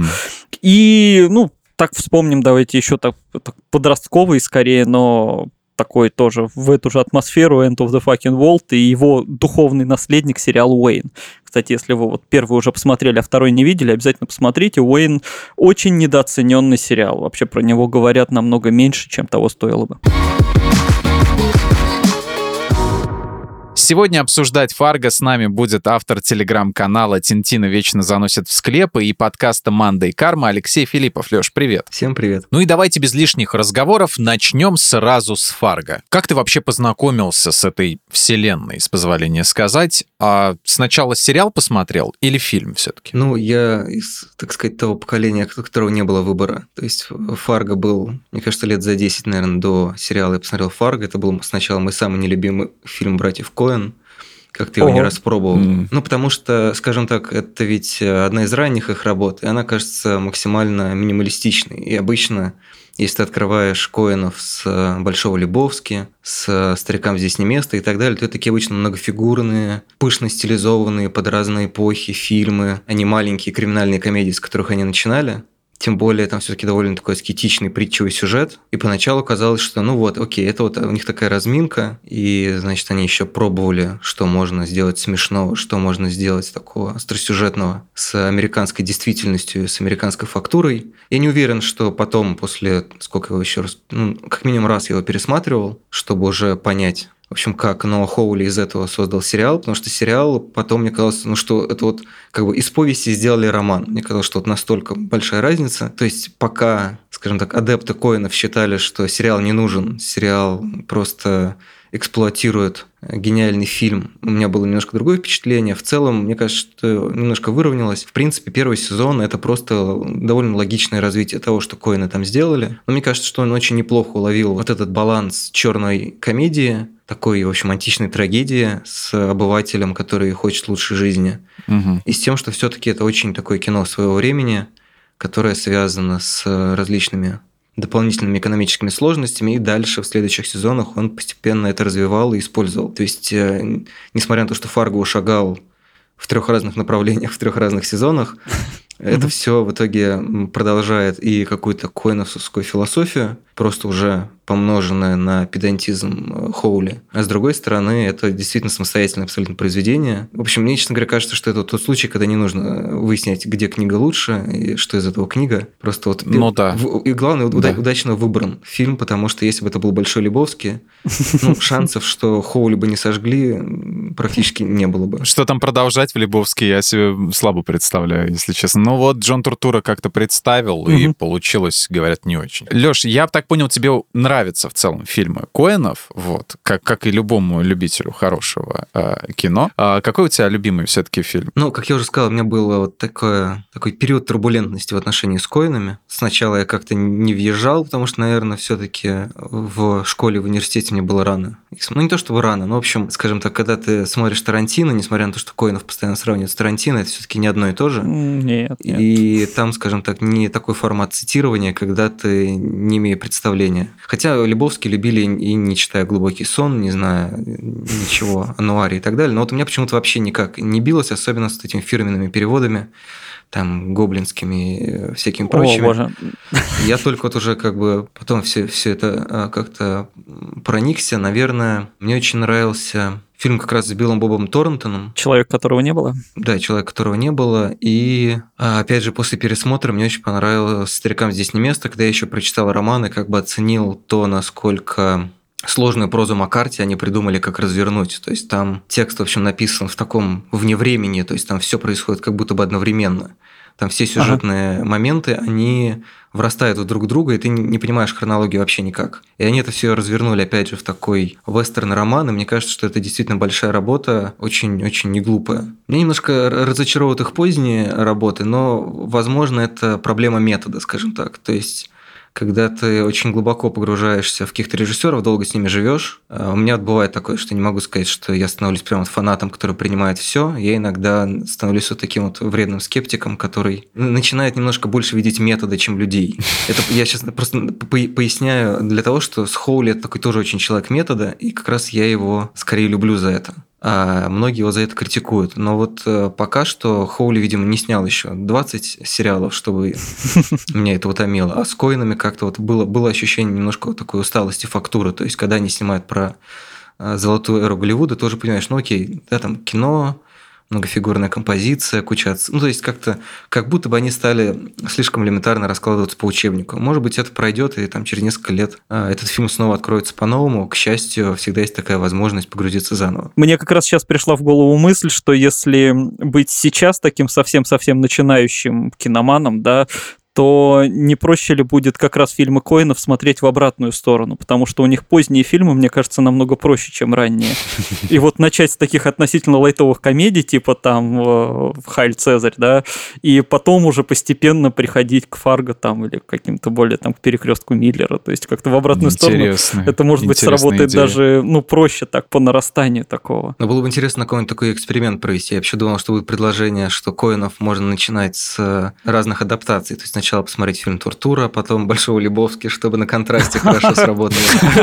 И, так вспомним, давайте еще так подростковый скорее, но такой тоже в эту же атмосферу End of the Fucking World и его духовный наследник сериал «Уэйн». Кстати, если вы вот первый уже посмотрели, а второй не видели, обязательно посмотрите. «Уэйн» очень недооцененный сериал. Вообще про него говорят намного меньше, чем того стоило бы. Сегодня обсуждать «Фарго» с нами будет автор телеграм-канала «Тинтина вечно заносит в склепы» и подкаста «Манда и Карма» Алексей Филиппов. Лёш, привет. Всем привет. Ну и давайте без лишних разговоров начнем сразу с «Фарго». Как ты вообще познакомился с этой вселенной, с позволения сказать? А сначала сериал посмотрел или фильм все-таки? Я из, так сказать, того поколения, у которого не было выбора. То есть «Фарго» был, мне кажется, лет за 10, наверное, до сериала я посмотрел «Фарго». Это был сначала мой самый нелюбимый фильм братьев Коэн, как-то его не Ого. распробовал. Ну, потому что, скажем так, это ведь одна из ранних их работ, и она кажется максимально минималистичной. И обычно, если ты открываешь Коэнов с «Большого Лебовски», с «Старикам здесь не место» и так далее, то это такие обычно многофигурные, пышно стилизованные под разные эпохи фильмы, а не маленькие криминальные комедии, с которых они начинали. Тем более там все-таки довольно такой аскетичный притчевый сюжет. И поначалу казалось, что ну вот, окей, это вот у них такая разминка, и, значит, они еще пробовали, что можно сделать смешного, что можно сделать такого остросюжетного с американской действительностью, с американской фактурой. Я не уверен, что потом, после, сколько его еще раз, ну, как минимум раз я его пересматривал, чтобы уже понять, в общем, как Ноа Хоули из этого создал сериал, потому что сериал потом, мне казалось, ну что это вот как бы из повести сделали роман. Мне казалось, что вот настолько большая разница. То есть пока, скажем так, адепты Коэнов считали, что сериал не нужен, сериал просто эксплуатирует гениальный фильм. У меня было немножко другое впечатление. В целом, мне кажется, что немножко выровнялось. В принципе, первый сезон – это просто довольно логичное развитие того, что Коэны там сделали. Но мне кажется, что он очень неплохо уловил вот этот баланс черной комедии, такой, в общем, античной трагедии с обывателем, который хочет лучшей жизни. И с тем, что все-таки это очень такое кино своего времени, которое связано с различными дополнительными экономическими сложностями, и дальше в следующих сезонах он постепенно это развивал и использовал. То есть, несмотря на то, что Фарго шагал в 3 разных направлениях, в 3 разных сезонах, это все в итоге продолжает и какую-то коэновскую философию, просто уже помноженное на педантизм Хоули. А с другой стороны, это действительно самостоятельное абсолютно произведение. В общем, мне, честно говоря, кажется, что это тот случай, когда не нужно выяснять, где книга лучше и что из этого книга. Просто вот... Ну да. И главное, удачно выбран фильм, потому что если бы это был «Большой Лебовски», ну, шансов, что Хоули бы не сожгли, практически не было бы. Что там продолжать в Лебовске, я себе слабо представляю, если честно. Ну вот Джон Туртура как-то представил, и получилось, говорят, не очень. Лёш, я так понял, тебе нравятся в целом фильмы Коэнов, вот, как и любому любителю хорошего кино. Какой у тебя любимый все-таки фильм? Ну, как я уже сказал, у меня был вот такой период турбулентности в отношении с Коэнами. Сначала я как-то не въезжал, потому что, наверное, все-таки в школе, в университете мне было рано. Ну, не то чтобы рано, но, в общем, скажем так, когда ты смотришь Тарантино, несмотря на то, что Коэнов постоянно сравнивают с Тарантино, это все-таки не одно и то же. Нет. И там, скажем так, не такой формат цитирования, когда ты не имеешь представления. Хотя Лебовски любили и не читая «Глубокий сон», не зная ничего о нуаре и так далее. Но вот у меня почему-то вообще никак не билось, особенно с этими фирменными переводами, там, гоблинскими всякими прочими. О, боже. Я только вот уже как бы потом все это как-то проникся. Наверное, мне очень нравился фильм как раз с Биллом Бобом Торнтоном. Человек, которого не было. Да, человек, которого не было. И, опять же, после пересмотра мне очень понравилось «Старикам здесь не место», когда я еще прочитал роман и как бы оценил то, насколько сложную прозу Маккарти они придумали, как развернуть. То есть там текст, в общем, написан в таком вне времени, то есть там все происходит как будто бы одновременно. Там все сюжетные моменты, они врастают в друг друга, и ты не понимаешь хронологию вообще никак. И они это все развернули, опять же, в такой вестерн-роман, и мне кажется, что это действительно большая работа, очень-очень неглупая. Меня немножко разочаровывают их поздние работы, но, возможно, это проблема метода, скажем так. То есть когда ты очень глубоко погружаешься в каких-то режиссеров, долго с ними живешь. У меня бывает такое, что не могу сказать, что я становлюсь прям фанатом, который принимает все. Я иногда становлюсь вот таким вот вредным скептиком, который начинает немножко больше видеть метода, чем людей. Это я сейчас просто поясняю для того, что с Хоули это такой тоже очень человек метода, и как раз я его скорее люблю за это. А многие его за это критикуют. Но вот пока что Хоули, видимо, не снял еще 20 сериалов, чтобы меня это утомило. А с Коэнами как-то вот было ощущение немножко вот такой усталости фактуры. То есть, когда они снимают про золотую эру Голливуда, тоже понимаешь, ну окей, да, там кино, многофигурная композиция, куча... Ну, то есть, как-то, как будто бы они стали слишком элементарно раскладываться по учебнику. Может быть, это пройдет, и там через несколько лет этот фильм снова откроется по-новому. К счастью, всегда есть такая возможность погрузиться заново. Мне как раз сейчас пришла в голову мысль, что если быть сейчас таким совсем-совсем начинающим киноманом, да, то не проще ли будет как раз фильмы Коэнов смотреть в обратную сторону, потому что у них поздние фильмы, мне кажется, намного проще, чем ранние. И вот начать с таких относительно лайтовых комедий, типа там «Хайль Цезарь», да, и потом уже постепенно приходить к «Фарго» там или к каким-то более там к «Перекрестку Миллера», то есть как-то в обратную сторону. Это, может быть, сработает даже, проще так, по нарастанию такого. Но было бы интересно на какой-нибудь такой эксперимент провести. Я вообще думал, что будет предложение, что Коэнов можно начинать с разных адаптаций. То есть сначала посмотреть фильм «Туртура», потом «Большого Лебовски», чтобы на контрасте хорошо сработало.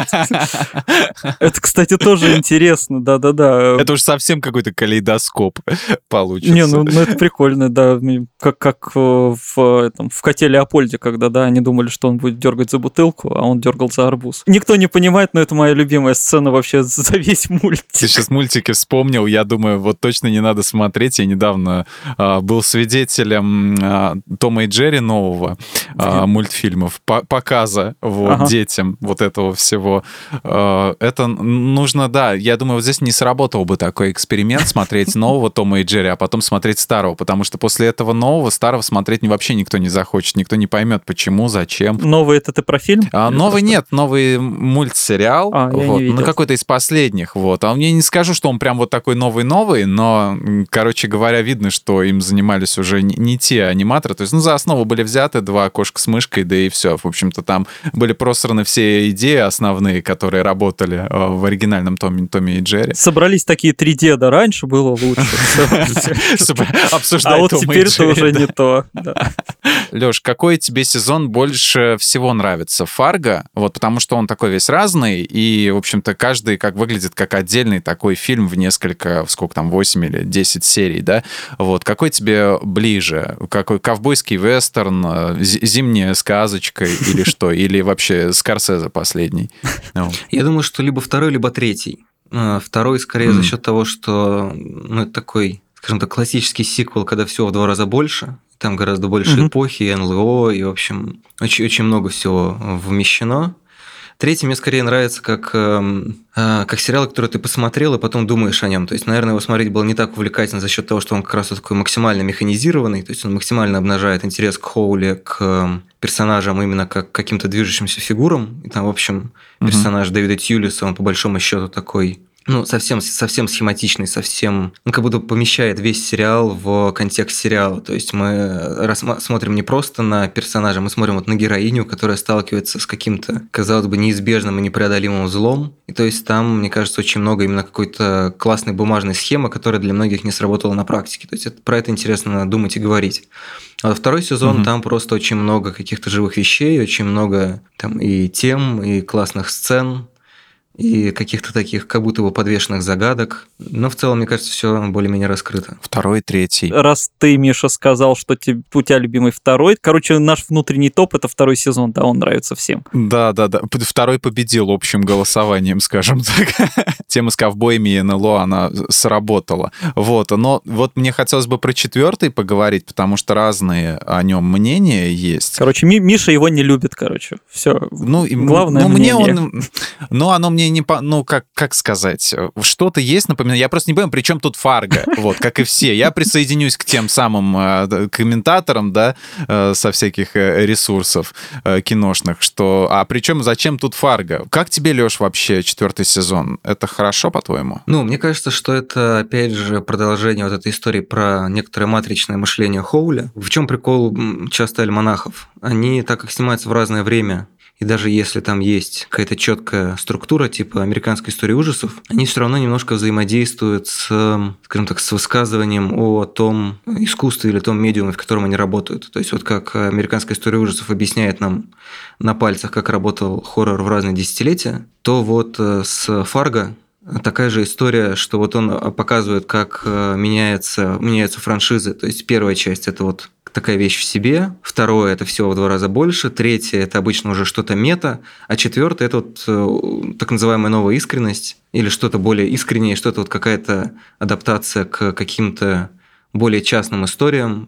Это, кстати, тоже интересно, да-да-да. Это уж совсем какой-то калейдоскоп получится. Не, ну это прикольно, да. Как в «Коте Леопольде», когда, да, они думали, что он будет дергать за бутылку, а он дергал за арбуз. Никто не понимает, но это моя любимая сцена вообще за весь мультик. Ты сейчас мультики вспомнил, я думаю, вот точно не надо смотреть. Я недавно был свидетелем Тома и Джерри нового мультфильмов, показа детям вот этого всего. Это нужно, да, я думаю, вот здесь не сработал бы такой эксперимент смотреть нового Тома и Джерри, а потом смотреть старого, потому что после этого нового, старого смотреть вообще никто не захочет, никто не поймет, почему, зачем. Новый это ты про фильм? Новый нет, новый мультсериал, ну какой-то из последних, вот. А мне не скажу, что он прям вот такой новый-новый, но, короче говоря, видно, что им занимались уже не те аниматоры, то есть, за основу были взяты два кошка с мышкой, да и все. В общем-то, там были просраны все идеи основные, которые работали в оригинальном Томе и Джерри. Собрались такие 3D, да, раньше было лучше. Обсуждать а вот теперь-то уже не то. Лёш, какой тебе сезон больше всего нравится? «Фарго», вот, потому что он такой весь разный, и, в общем-то, каждый выглядит как отдельный такой фильм в несколько, сколько там, 8 или 10 серий, да? Вот, какой тебе ближе? Какой ковбойский вестерн, зимняя сказочка или что? Или вообще Скорсезе последний? Я думаю, что либо второй, либо третий. Второй, скорее, за счет того, что это такой, скажем так, классический сиквел, когда все в 2 раза больше. Там гораздо больше эпохи, НЛО, и, в общем, очень много всего вмещено. Третий мне скорее нравится как сериал, который ты посмотрел, и потом думаешь о нем. То есть, наверное, его смотреть было не так увлекательно за счет того, что он как раз такой максимально механизированный, то есть он максимально обнажает интерес к Хоули, к персонажам именно как к каким-то движущимся фигурам. И там, в общем, персонаж Дэвида Тьюлиса, он по большому счету такой... совсем схематичный, совсем... как будто помещает весь сериал в контекст сериала. То есть мы смотрим не просто на персонажа, мы смотрим вот на героиню, которая сталкивается с каким-то, казалось бы, неизбежным и непреодолимым злом. И то есть там, мне кажется, очень много именно какой-то классной бумажной схемы, которая для многих не сработала на практике. То есть про это интересно думать и говорить. А вот второй сезон, там просто очень много каких-то живых вещей, очень много там и тем, и классных сцен, и каких-то таких как будто бы подвешенных загадок. Но в целом, мне кажется, все более-менее раскрыто. Второй, третий. Раз ты, Миша, сказал, что у тебя любимый второй, короче, наш внутренний топ — это второй сезон, да, он нравится всем. Да. Второй победил общим голосованием, скажем так. Тема с ковбоями и НЛО, она сработала. Вот, но вот мне хотелось бы про четвертый поговорить, потому что разные о нем мнения есть. Короче, Миша его не любит, короче. Все. Главное мнение. Оно мне не... как сказать? Что-то есть, напоминаю. Я просто не понимаю, при чем тут «Фарго», вот, как и все. Я присоединюсь к тем самым комментаторам, да, со всяких ресурсов киношных, что... А при чем, зачем тут «Фарго»? Как тебе, Лёш, вообще 4-й сезон? Это хорошо, по-твоему? Мне кажется, что это, опять же, продолжение вот этой истории про некоторое матричное мышление Хоуля. В чем прикол часто альманахов? Они, так как снимаются в разное время, и даже если там есть какая-то четкая структура, типа «Американской истории ужасов», они все равно немножко взаимодействуют с, скажем так, с высказыванием о том искусстве или том медиуме, в котором они работают. То есть вот как «Американская история ужасов» объясняет нам на пальцах, как работал хоррор в разные десятилетия, то вот с «Фарго» такая же история, что вот он показывает, как меняются франшизы. То есть первая часть – это вот такая вещь в себе, второе – это всего в 2 раза больше, третье – это обычно уже что-то мета, а четвертое – это вот так называемая новая искренность или что-то более искреннее, что-то вот какая-то адаптация к каким-то более частным историям,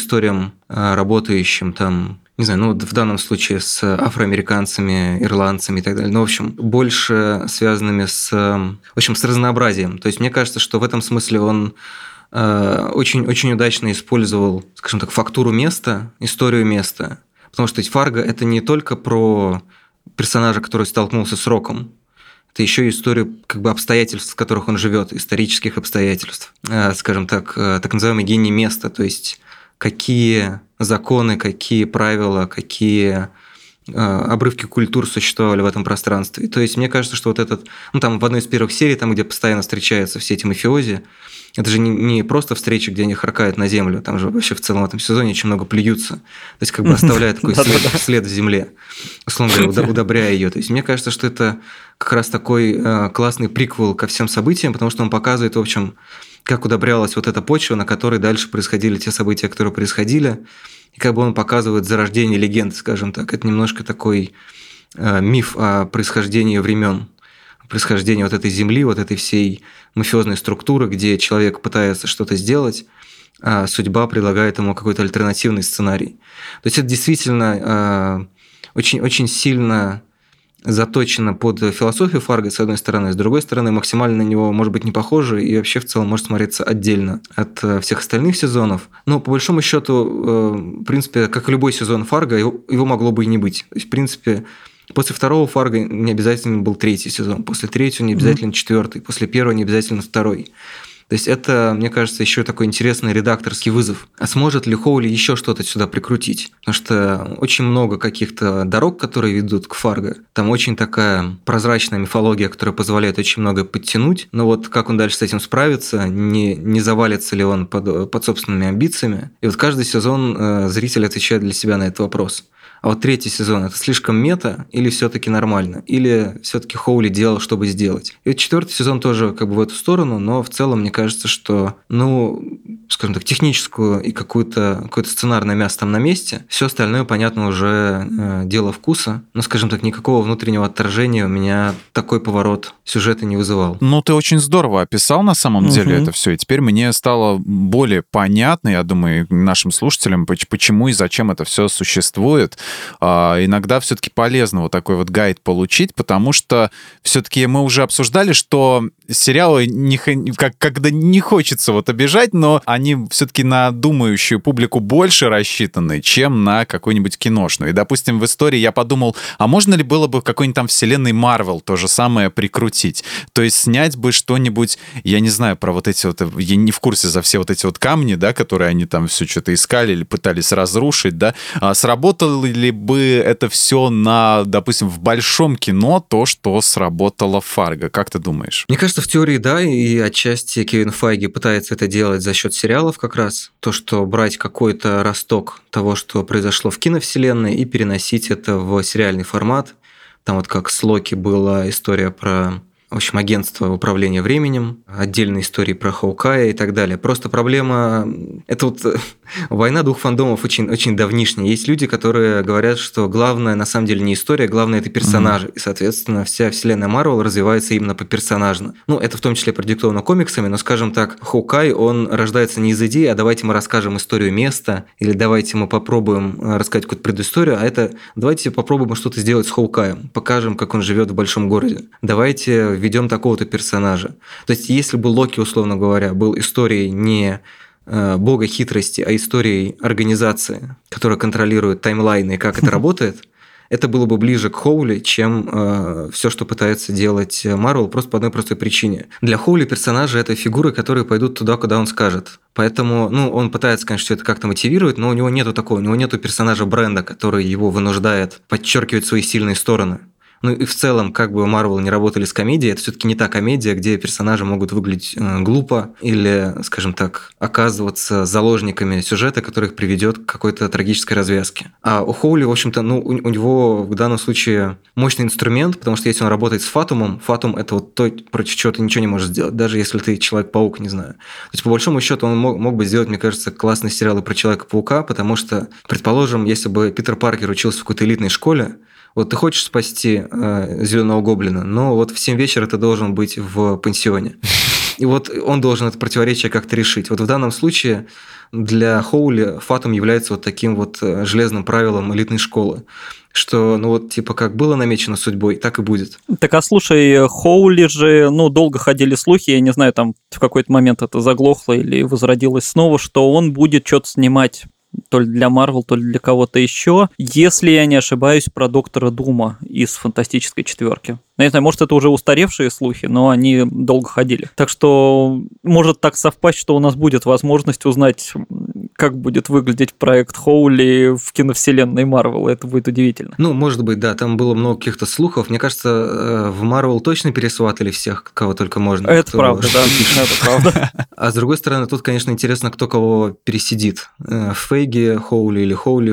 работающим там, не знаю, в данном случае с афроамериканцами, ирландцами и так далее. В общем, больше связанными с разнообразием. То есть мне кажется, что в этом смысле он очень, очень удачно использовал, скажем так, фактуру места, историю места Потому что ведь Фарго – это не только про персонажа, который столкнулся с роком, это еще и история как бы обстоятельств, в которых он живет, исторических обстоятельств, скажем так называемый гений места, то есть какие законы, какие правила, какие обрывки культур существовали в этом пространстве. То есть мне кажется, что вот этот, там в одной из первых серий, там, где постоянно встречаются все эти мафиози, это же не просто встречи, где они харкают на землю, там же вообще в целом в этом сезоне очень много плюются, то есть как бы оставляя такой след в земле, условно говоря, удобряя ее. То есть мне кажется, что это как раз такой классный приквел ко всем событиям, потому что он показывает, в общем, как удобрялась вот эта почва, на которой дальше происходили те события, которые происходили, и как бы он показывает зарождение легенды, скажем так. Это немножко такой миф о происхождении времен, происхождении вот этой земли, вот этой всей мафиозной структуры, где человек пытается что-то сделать, а судьба предлагает ему какой-то альтернативный сценарий. То есть это действительно очень, очень сильно заточено под философию Фарго, с одной стороны, с другой стороны, максимально на него может быть не похоже и вообще в целом может смотреться отдельно от всех остальных сезонов. Но по большому счету, в принципе, как и любой сезон Фарго, его могло бы и не быть. То есть, в принципе, после второго Фарго не обязательно был третий сезон, после третьего не обязательно четвертый, после первого не обязательно второй. То есть это, мне кажется, еще такой интересный редакторский вызов. А сможет ли Хоули еще что-то сюда прикрутить? Потому что очень много каких-то дорог, которые ведут к Фарго. Там очень такая прозрачная мифология, которая позволяет очень много подтянуть. Но вот как он дальше с этим справится, не завалится ли он под собственными амбициями. И вот каждый сезон зритель отвечает для себя на этот вопрос. А вот третий сезон – это слишком мета или все-таки нормально? Или все-таки Хоули делал, чтобы сделать? И вот четвертый сезон тоже как бы в эту сторону, но в целом мне кажется, что, скажем так, техническую и какое-то сценарное мясо там на месте. Все остальное, понятно, уже дело вкуса. Но, скажем так, никакого внутреннего отторжения у меня такой поворот сюжета не вызывал. Ты очень здорово описал на самом деле это все, и теперь мне стало более понятно, я думаю, нашим слушателям, почему и зачем это все существует. Иногда все-таки полезно вот такой вот гайд получить, потому что все-таки мы уже обсуждали, что сериалы, когда не хочется вот обижать, но они все-таки на думающую публику больше рассчитаны, чем на какую-нибудь киношную. И, допустим, в истории я подумал, а можно ли было бы в какой-нибудь там вселенной Марвел то же самое прикрутить? То есть снять бы что-нибудь, я не знаю про вот эти вот, я не в курсе за все вот эти вот камни, да, которые они там все что-то искали или пытались разрушить, да, сработало ли бы это все на, допустим, в большом кино то, что сработало в Фарго? Как ты думаешь? Мне кажется, в теории да, и отчасти Кевин Файги пытается это делать за счет сериалов как раз. То, что брать какой-то росток того, что произошло в киновселенной, и переносить это в сериальный формат. Там вот как с Локи была история про, в общем, агентство управления временем, отдельные истории про Хоукая и так далее. Просто проблема... Это вот война двух фандомов очень, очень давнишняя. Есть люди, которые говорят, что главное на самом деле не история, главное это персонажи. И, соответственно, вся вселенная Марвел развивается именно поперсонажно. Это в том числе продиктовано комиксами, но, скажем так, Хоукай, он рождается не из идеи, а давайте мы расскажем историю места, или давайте мы попробуем рассказать какую-то предысторию, а это давайте попробуем что-то сделать с Хоукаем, покажем, как он живет в большом городе. Давайте введем такого-то персонажа. То есть, если бы Локи, условно говоря, был историей не бога хитрости, а историей организации, которая контролирует таймлайны и как это работает, это было бы ближе к Хоули, чем все, что пытается делать Марвел, просто по одной простой причине. Для Хоули персонажи – это фигуры, которые пойдут туда, куда он скажет. Поэтому, он пытается, конечно, все это как-то мотивировать, но у него нету такого, у него нету персонажа бренда, который его вынуждает подчеркивать свои сильные стороны. И в целом, как бы Марвел не работали с комедией, это все-таки не та комедия, где персонажи могут выглядеть глупо или, скажем так, оказываться заложниками сюжета, который их приведет к какой-то трагической развязке. А у Хоули, в общем-то, у него в данном случае мощный инструмент, потому что если он работает с Фатумом, Фатум – это вот то, против чего ты ничего не можешь сделать, даже если ты Человек-паук, не знаю. То есть, по большому счету, он мог бы сделать, мне кажется, классный сериал про Человека-паука, потому что, предположим, если бы Питер Паркер учился в какой-то элитной школе, вот ты хочешь спасти Зеленого Гоблина, но вот в 7 вечера ты должен быть в пансионе. И вот он должен это противоречие как-то решить. Вот в данном случае для Хоули Фатум является вот таким вот железным правилом элитной школы, что, как было намечено судьбой, так и будет. Так, а слушай, Хоули же, долго ходили слухи, я не знаю, там в какой-то момент это заглохло или возродилось снова, что он будет что-то снимать то ли для Marvel, то ли для кого-то еще. Если я не ошибаюсь, про Доктора Дума из «Фантастической четверки». Я не знаю, может, это уже устаревшие слухи, но они долго ходили. Так что может так совпасть, что у нас будет возможность узнать, как будет выглядеть проект Хоули в киновселенной Марвел. Это будет удивительно. Ну, может быть, да, там было много каких-то слухов. Мне кажется, в Марвел точно пересватали всех, кого только можно. Это правда, да, это правда. А с другой стороны, тут, конечно, интересно, кто кого пересидит. Фейги, Хоули или Хоули,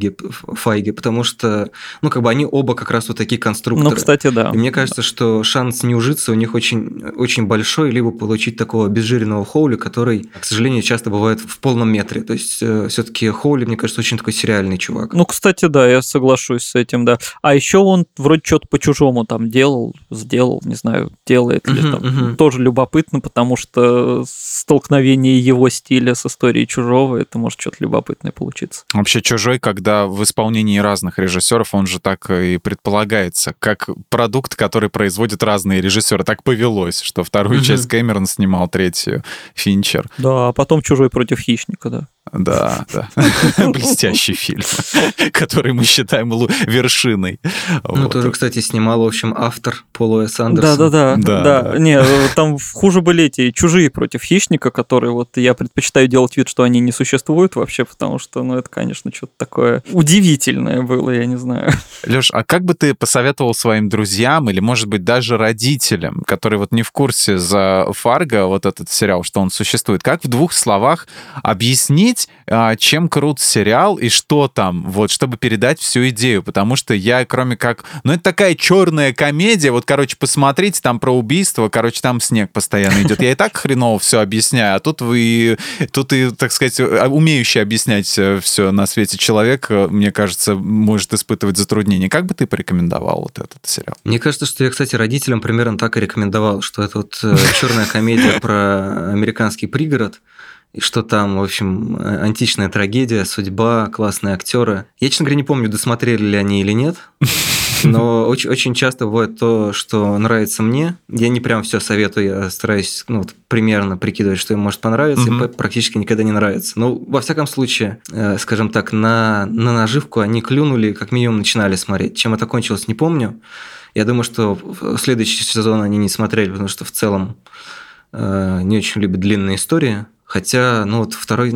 Файги, потому что, ну, как бы они оба как раз вот такие конструкторы. Ну, кстати, да. И мне кажется, что шанс не ужиться у них очень, очень большой, либо получить такого безжиренного Хоули, который, к сожалению, часто бывает в полном метре. То есть, все-таки Хоули, мне кажется, очень такой сериальный чувак. Ну, кстати, да, я соглашусь с этим, да. А еще он вроде что-то по-чужому там сделал, не знаю, делает ли там. Тоже любопытно, потому что столкновение его стиля с историей Чужого, это может что-то любопытное получиться. Вообще, Чужой, когда в исполнении разных режиссеров, он же так и предполагается, как продукт, который производят разные режиссеры. Так повелось, что вторую часть Кэмерон снимал, третью Финчер. Да, а потом «Чужой против хищника», да. Да. Блестящий фильм, который мы считаем вершиной. Ну, тоже, кстати, снимал, в общем, автор Пол Уэс Андерсон. Да. Не, там хуже были эти «Чужие против хищника», которые вот я предпочитаю делать вид, что они не существуют вообще, потому что, ну, это, конечно, что-то такое удивительное было, я не знаю. Лёш, а как бы ты посоветовал своим друзьям или, может быть, даже родителям, которые вот не в курсе за «Фарго», вот этот сериал, что он существует, как в 2 словах объяснить, чем крут сериал и что там, вот, чтобы передать всю идею, потому что я, кроме как... Ну, это такая черная комедия, вот, короче, посмотрите, там про убийство, короче, там снег постоянно идет. Я и так хреново все объясняю, а тут и, так сказать, умеющий объяснять все на свете человек, мне кажется, может испытывать затруднения. Как бы ты порекомендовал вот этот сериал? Мне кажется, что я, кстати, родителям примерно так и рекомендовал, что это вот черная комедия про американский пригород, и что там, в общем, античная трагедия, судьба, классные актеры. Я, честно говоря, не помню, досмотрели ли они или нет, но очень, очень часто бывает то, что нравится мне. Я не прям все советую, я стараюсь примерно прикидывать, что им может понравиться, и практически никогда не нравится. Но, во всяком случае, скажем так, на наживку они клюнули, как минимум начинали смотреть. Чем это кончилось, не помню. Я думаю, что в следующий сезон они не смотрели, потому что в целом не очень любят длинные истории. Хотя, второй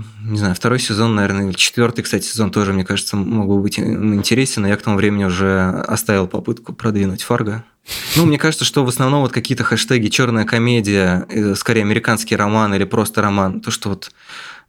сезон, наверное, или 4-й, кстати, сезон тоже, мне кажется, мог бы быть интересен, но я к тому времени уже оставил попытку продвинуть «Фарго». Мне кажется, что в основном вот какие-то хэштеги «черная комедия», скорее американский роман или просто роман, то, что вот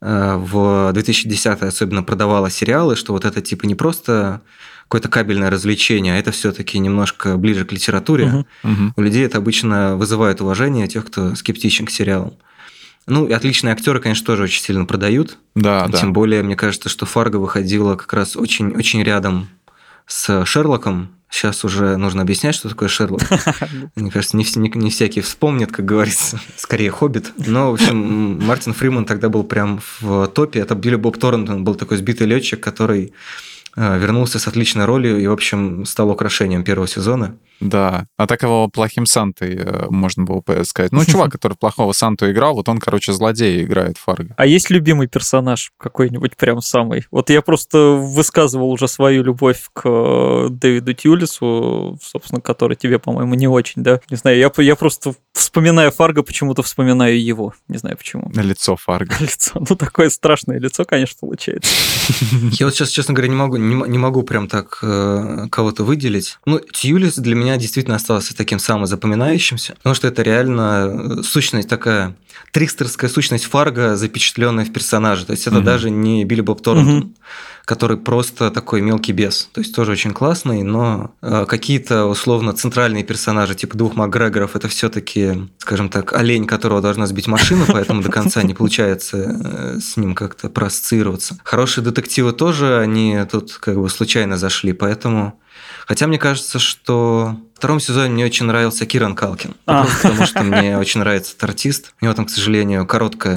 в 2010-е особенно продавало сериалы, что вот это типа не просто какое-то кабельное развлечение, а это все-таки немножко ближе к литературе. У людей это обычно вызывает уважение, тех, кто скептичен к сериалам. И отличные актеры, конечно, тоже очень сильно продают. Да. Тем более, мне кажется, что «Фарго» выходила как раз очень, очень рядом с «Шерлоком». Сейчас уже нужно объяснять, что такое Шерлок. Мне кажется, не всякий вспомнит, как говорится, скорее «Хоббит». Но, в общем, Мартин Фриман тогда был прям в топе. Это Билли Боб Торнтон, был такой сбитый летчик, который вернулся с отличной ролью и, в общем, стал украшением первого сезона. Да, а так его плохим Сантой можно было бы сказать. Чувак, который плохого Санту играл, вот он, злодея играет в «Фарго». А есть любимый персонаж какой-нибудь прям самый? Вот я просто высказывал уже свою любовь к Дэвиду Тьюлису, собственно, который тебе, по-моему, не очень, да? Не знаю, я просто, вспоминая «Фарго», почему-то вспоминаю его. Не знаю почему. Лицо Фарго. Лицо. Такое страшное лицо, конечно, получается. Я вот сейчас, честно говоря, не могу прям так кого-то выделить. Тьюлис для меня действительно остался таким самым запоминающимся, потому что это реально сущность такая, трикстерская сущность Фарго, запечатленная в персонаже. То есть это даже не Билли Боб Торнтон, который просто такой мелкий бес. То есть тоже очень классный, но какие-то условно центральные персонажи, типа 2 Макгрегоров, это все-таки, скажем так, олень, которого должна сбить машина, поэтому до конца не получается с ним как-то проассоциироваться. Хорошие детективы тоже, они тут случайно зашли, поэтому... Хотя мне кажется, что в 2-м сезоне мне очень нравился Киран Калкин. Потому что мне очень нравится этот артист. У него там, к сожалению, короткая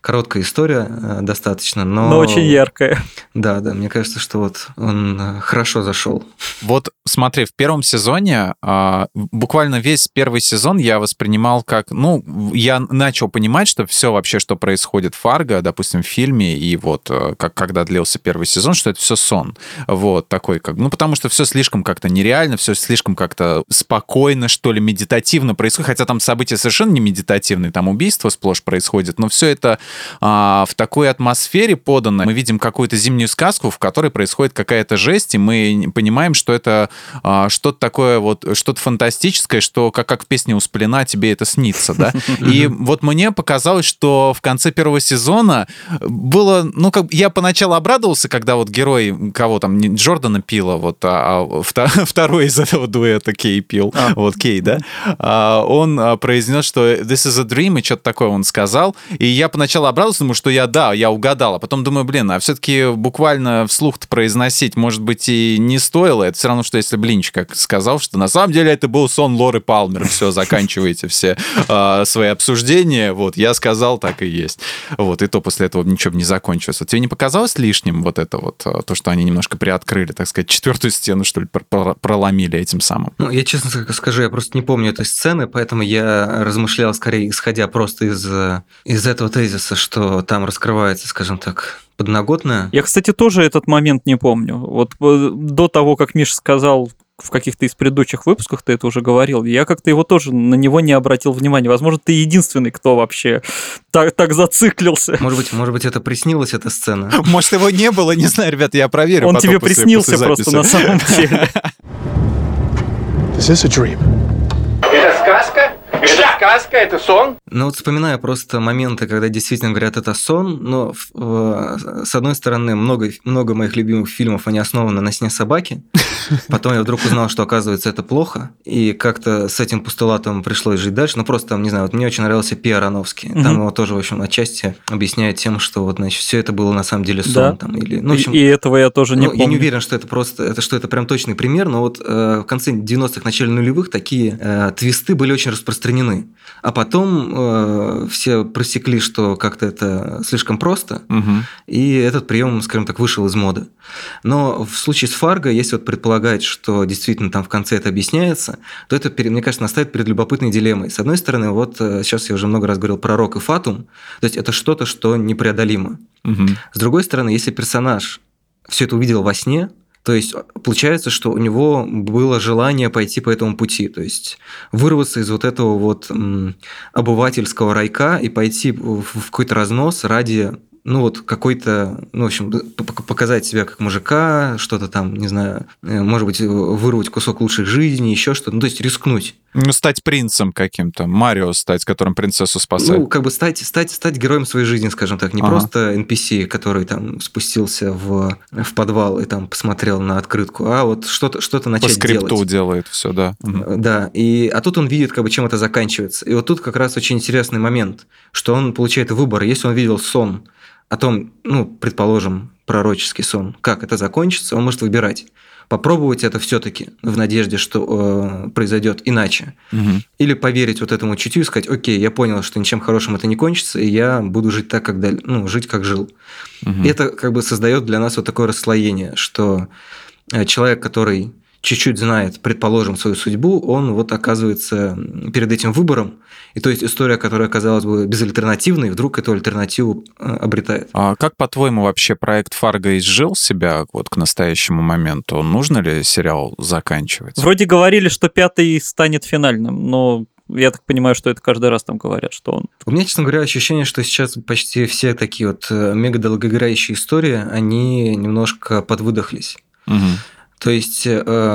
короткая история достаточно, но очень яркая. Да, мне кажется, что вот он хорошо зашел. Вот смотри, в первом сезоне, буквально весь первый сезон я воспринимал как, я начал понимать, что все вообще, что происходит в Фарго, допустим, в фильме, и вот когда длился первый сезон, что это все сон. Вот такой, потому что все слишком как-то нереально, все слишком как-то спокойно, что ли, медитативно происходит, хотя там события совершенно не медитативные, там убийство сплошь происходит, но все это в такой атмосфере подано. Мы видим какую-то зимнюю сказку, в которой происходит какая-то жесть, и мы понимаем, что это что-то такое, вот что-то фантастическое, что как в песне у Сплина тебе это снится, да? И вот мне показалось, что в конце первого сезона было, я поначалу обрадовался, когда вот герой, кого там, не Джордана Пила, вот, второй из этого дуэта Кей Пил, вот Кей, да? Он произнес, что this is a dream, и что-то такое он сказал, и я поначалу обрадовался, думаю, что я угадал, а потом думаю, а все-таки буквально вслух-то произносить, может быть, и не стоило, это все равно, что если Блинч как сказал, что на самом деле это был сон Лоры Палмер, все, заканчивайте все свои обсуждения, вот, я сказал, так и есть. Вот, и то после этого ничего не закончилось. Вот тебе не показалось лишним вот это вот, то, что они немножко приоткрыли, так сказать, четвертую стену, что ли, проломили этим самым? Я честно скажу, я просто не помню этой сцены, поэтому я размышлял скорее, исходя просто из этого тезиса, что там раскрывается, скажем так, подноготная. Я, кстати, тоже этот момент не помню. Вот до того, как Миша сказал в каких-то из предыдущих выпусках, ты это уже говорил, я как-то его тоже на него не обратил внимания. Возможно, ты единственный, кто вообще так зациклился. Может быть, это приснилась эта сцена? Может, его не было, не знаю, ребята, я проверю. Он тебе приснился просто на самом деле. This is a dream. Это сказка? Это сказка? Это сон? Вот вспоминаю просто моменты, когда действительно говорят, это сон, но с одной стороны, много моих любимых фильмов, они основаны на сне собаки. Потом я вдруг узнал, что, оказывается, это плохо, и как-то с этим постулатом пришлось жить дальше. Просто там, не знаю, вот мне очень нравился Пи Аронофски. Там его тоже, в общем, отчасти объясняют тем, что вот, значит, все это было на самом деле сон. Да. Там, или, в общем, и этого я тоже не помню. Я не уверен, что это просто, что это прям точный пример, но вот в конце 90-х, начале нулевых такие твисты были очень распространены. А потом все просекли, что как-то это слишком просто, и этот прием, скажем так, вышел из моды. Но в случае с Фарго, если вот предполагать, что действительно там в конце это объясняется, то это, мне кажется, нас ставит перед любопытной дилеммой. С одной стороны, вот сейчас я уже много раз говорил про Рок и Фатум, то есть это что-то, что непреодолимо. С другой стороны, если персонаж все это увидел во сне, то есть получается, что у него было желание пойти по этому пути, то есть вырваться из вот этого вот обывательского райка и пойти в какой-то разнос ради какой-то, в общем, показать себя как мужика, что-то там, не знаю, может быть, вырвать кусок лучшей жизни, еще что-то, то есть рискнуть. Стать принцем каким-то, Марио стать, которым принцессу спасает. Стать героем своей жизни, скажем так, не просто NPC, который там спустился в подвал и там посмотрел на открытку, а вот что-то начать делать. По скрипту делает все, да. Да, а тут он видит, чем это заканчивается. И вот тут как раз очень интересный момент, что он получает выбор. Если он видел сон о том, предположим, пророческий сон, как это закончится, он может выбирать. Попробовать это все-таки в надежде, что произойдет иначе. Или поверить вот этому чутью и сказать, окей, я понял, что ничем хорошим это не кончится, и я буду жить так, жить как жил. И это создает для нас вот такое расслоение, что человек, который чуть-чуть знает, предположим, свою судьбу, он вот оказывается перед этим выбором. И то есть история, которая, казалось бы, безальтернативной, вдруг эту альтернативу обретает. А как, по-твоему, вообще проект «Фарго» изжил себя вот к настоящему моменту? Нужно ли сериал заканчивать? Вроде говорили, что 5-й станет финальным, но я так понимаю, что это каждый раз там говорят, что он... У меня, честно говоря, ощущение, что сейчас почти все такие вот мега долгоиграющие истории, они немножко подвыдохлись. То есть,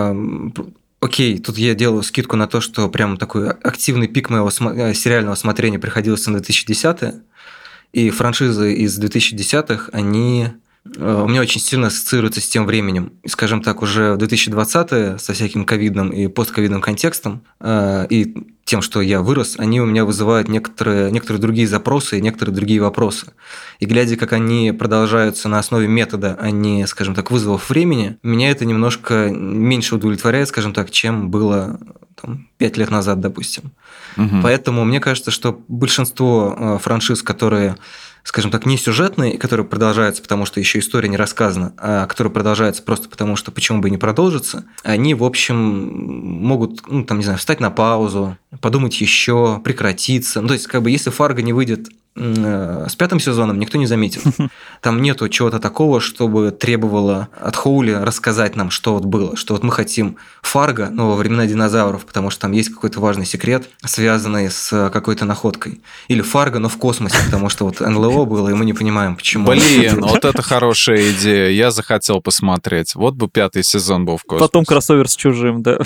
окей, тут я делаю скидку на то, что прям такой активный пик моего сериального смотрения приходился на 2010-е, и франшизы из 2010-х, они у меня очень сильно ассоциируются с тем временем. И, скажем так, уже в 2020-е со всяким ковидным и постковидным контекстом и тем, что я вырос, они у меня вызывают некоторые другие запросы и некоторые другие вопросы. И глядя, как они продолжаются на основе метода, а не, скажем так, вызовов времени, меня это немножко меньше удовлетворяет, скажем так, чем было 5 лет назад, допустим. Поэтому мне кажется, что большинство франшиз, которые скажем так, не сюжетные, которые продолжаются, потому что еще история не рассказана, а которые продолжаются просто потому, что почему бы и не продолжиться, они, в общем, могут, ну, там, не знаю, встать на паузу, подумать еще, прекратиться. Ну, то есть, как бы, если Фарго не выйдет с 5 сезоном, никто не заметит. Там нету чего-то такого, чтобы требовало от Хоули рассказать нам, что вот было, что вот мы хотим Фарго, но во времена динозавров, потому что там есть какой-то важный секрет, связанный с какой-то находкой. Или Фарго, но в космосе, потому что вот НЛО было, и мы не понимаем, почему. Блин, вот это хорошая идея. Я захотел посмотреть. Вот бы 5 сезон был в космосе. Потом кроссовер с Чужим, да.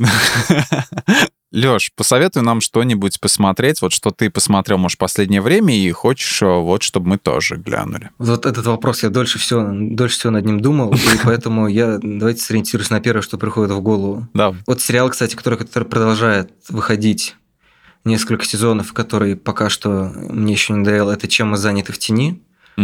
Лёш, посоветуй нам что-нибудь посмотреть, вот что ты посмотрел, может, в последнее время, и хочешь, вот, чтобы мы тоже глянули. Вот этот вопрос я дольше всего над ним думал, и поэтому я давайте сориентируюсь на первое, что приходит в голову. Да. Вот сериал, кстати, который продолжает выходить несколько сезонов, который пока что мне еще не надоел, это «Чем мы заняты в тени».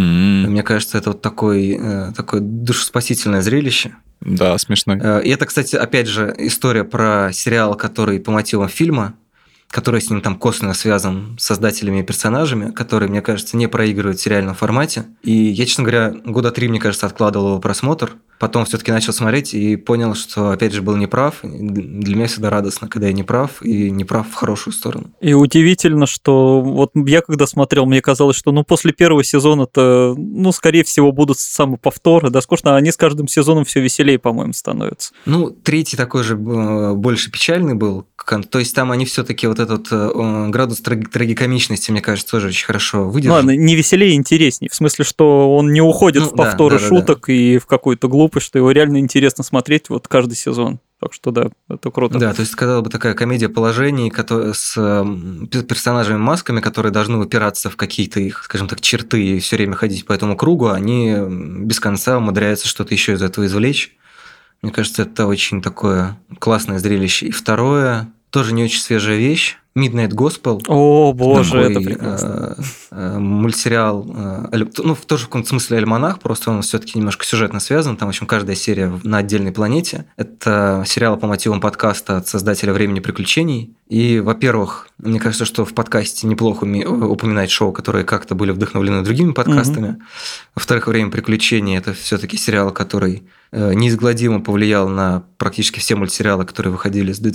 Мне кажется, это вот такое душеспасительное зрелище. Да, смешной. И это, кстати, опять же, история про сериал, который по мотивам фильма, который с ним там косвенно связан с создателями и персонажами, который, мне кажется, не проигрывает в сериальном формате. И я, честно говоря, 3 года, мне кажется, откладывал его просмотр. Потом все-таки начал смотреть и понял, что, опять же, был неправ. Для меня всегда радостно, когда я неправ, и неправ в хорошую сторону. И удивительно, что вот я когда смотрел, мне казалось, что после первого сезона-то, скорее всего, будут самоповторы, да, скучно, а они с каждым сезоном все веселее, по-моему, становятся. 3-й такой же больше печальный был. То есть там они все-таки вот этот градус трагикомичности, мне кажется, тоже очень хорошо выдержали. Ладно, не веселее, интереснее. В смысле, что он не уходит в повторы шуток и в какую-то глупость, что его реально интересно смотреть вот каждый сезон. Так что да, это круто. Да, то есть, сказала бы, такая комедия положений с персонажами-масками, которые должны упираться в какие-то их, скажем так, черты и все время ходить по этому кругу, они без конца умудряются что-то еще из этого извлечь. Мне кажется, это очень такое классное зрелище. И второе, тоже не очень свежая вещь, Midnight Gospel. О, боже, это прекрасно. Мультсериал, тоже в каком-то смысле альманах, просто он все-таки немножко сюжетно связан. Там, в общем, каждая серия на отдельной планете. Это сериал по мотивам подкаста от создателя «Времени приключений». И, во-первых, мне кажется, что в подкасте неплохо упоминать шоу, которые как-то были вдохновлены другими подкастами. Во-вторых, «Время приключений» – это все-таки сериал, который неизгладимо повлиял на практически все мультсериалы, которые выходили с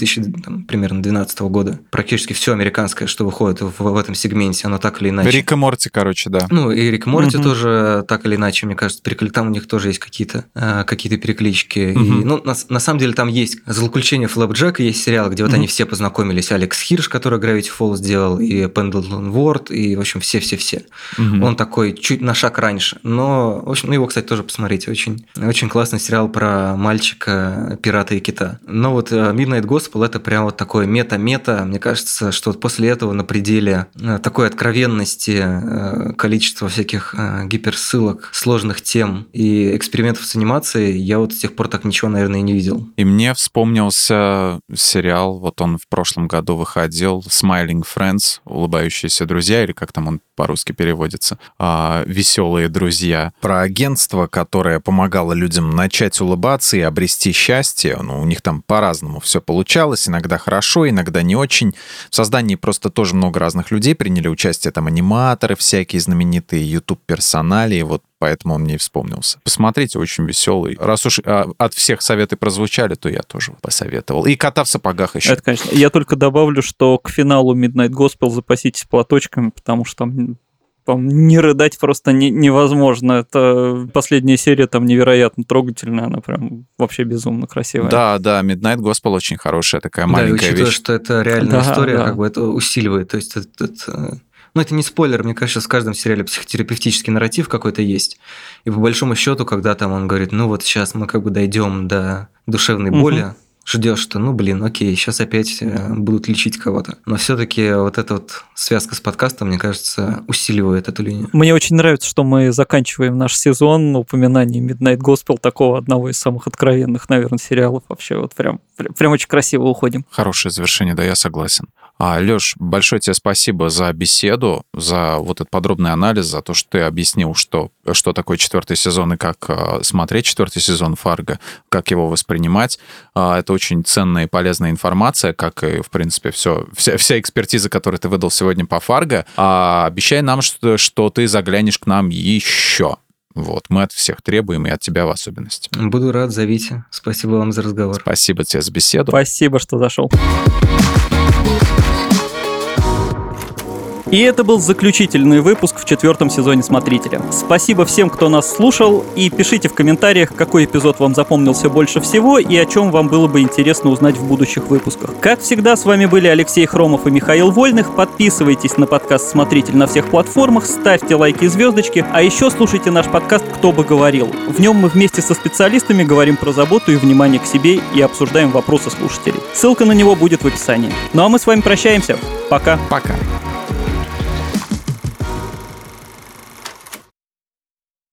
2012 года. Практически все американское, что выходит в этом сегменте, оно так или иначе. Рик и Морти, короче, да. И Рик и Морти тоже так или иначе, мне кажется, там у них тоже есть какие-то переклички. И, на самом деле там есть «Злоключение Флэпджека», есть сериал, где вот они все познакомились. Алекс Хирш, который Gravity Falls сделал, и Пендлтон Уорд, и, в общем, все-все-все. Он такой чуть на шаг раньше. Но, в общем, его, кстати, тоже посмотрите. Очень, очень классный сериал про мальчика, пирата и кита. Но вот Midnight Gospel – это прям вот такое мета-мета. Мне кажется, что вот после этого на пределе такой откровенности, количества всяких гиперссылок, сложных тем и экспериментов с анимацией, я вот с тех пор так ничего, наверное, и не видел. И мне вспомнился сериал, вот он в прошлом году выходил, Smiling Friends, улыбающиеся друзья, или как там он по-русски переводится, веселые друзья, про агентство, которое помогало людям начать улыбаться и обрести счастье. У них там по-разному все получалось, иногда хорошо, иногда не очень. В создании просто тоже много разных людей приняли участие, там аниматоры всякие знаменитые, YouTube-персонали, вот поэтому он мне и вспомнился. Посмотрите, очень веселый. Раз уж от всех советы прозвучали, то я тоже посоветовал. И «Кота в сапогах» еще. Это, конечно. Я только добавлю, что к финалу Midnight Gospel запаситесь платочками, потому что там не рыдать просто невозможно. Это последняя серия там невероятно трогательная, она прям вообще безумно красивая. Да, Midnight Gospel очень хорошая такая маленькая учитывая, вещь. что это реальная история, как бы это усиливает. То есть это не спойлер, мне кажется, в каждом сериале психотерапевтический нарратив какой-то есть. И по большому счету, когда там он говорит, вот сейчас мы как бы дойдем до душевной боли, ждешь, что, окей, сейчас опять будут лечить кого-то. Но все-таки вот эта вот связка с подкастом, мне кажется, усиливает эту линию. Мне очень нравится, что мы заканчиваем наш сезон упоминанием Midnight Gospel, такого одного из самых откровенных, наверное, сериалов вообще. Вот прям прям очень красиво уходим. Хорошее завершение, да, я согласен. Лёш, большое тебе спасибо за беседу, за вот этот подробный анализ, за то, что ты объяснил, что такое 4-й сезон и как смотреть 4-й сезон «Фарго», как его воспринимать. Это очень ценная и полезная информация, как и, в принципе, вся экспертиза, которую ты выдал сегодня по «Фарго». Обещай нам, что ты заглянешь к нам еще. Вот, мы от всех требуем, и от тебя в особенности. Буду рад, зовите. Спасибо вам за разговор. Спасибо тебе за беседу. Спасибо, что зашел. И это был заключительный выпуск в 4-м сезоне «Смотрителя». Спасибо всем, кто нас слушал, и пишите в комментариях, какой эпизод вам запомнился больше всего и о чем вам было бы интересно узнать в будущих выпусках. Как всегда, с вами были Алексей Хромов и Михаил Вольных. Подписывайтесь на подкаст «Смотритель» на всех платформах, ставьте лайки и звездочки, а еще слушайте наш подкаст «Кто бы говорил». В нем мы вместе со специалистами говорим про заботу и внимание к себе и обсуждаем вопросы слушателей. Ссылка на него будет в описании. Ну а мы с вами прощаемся. Пока. Пока.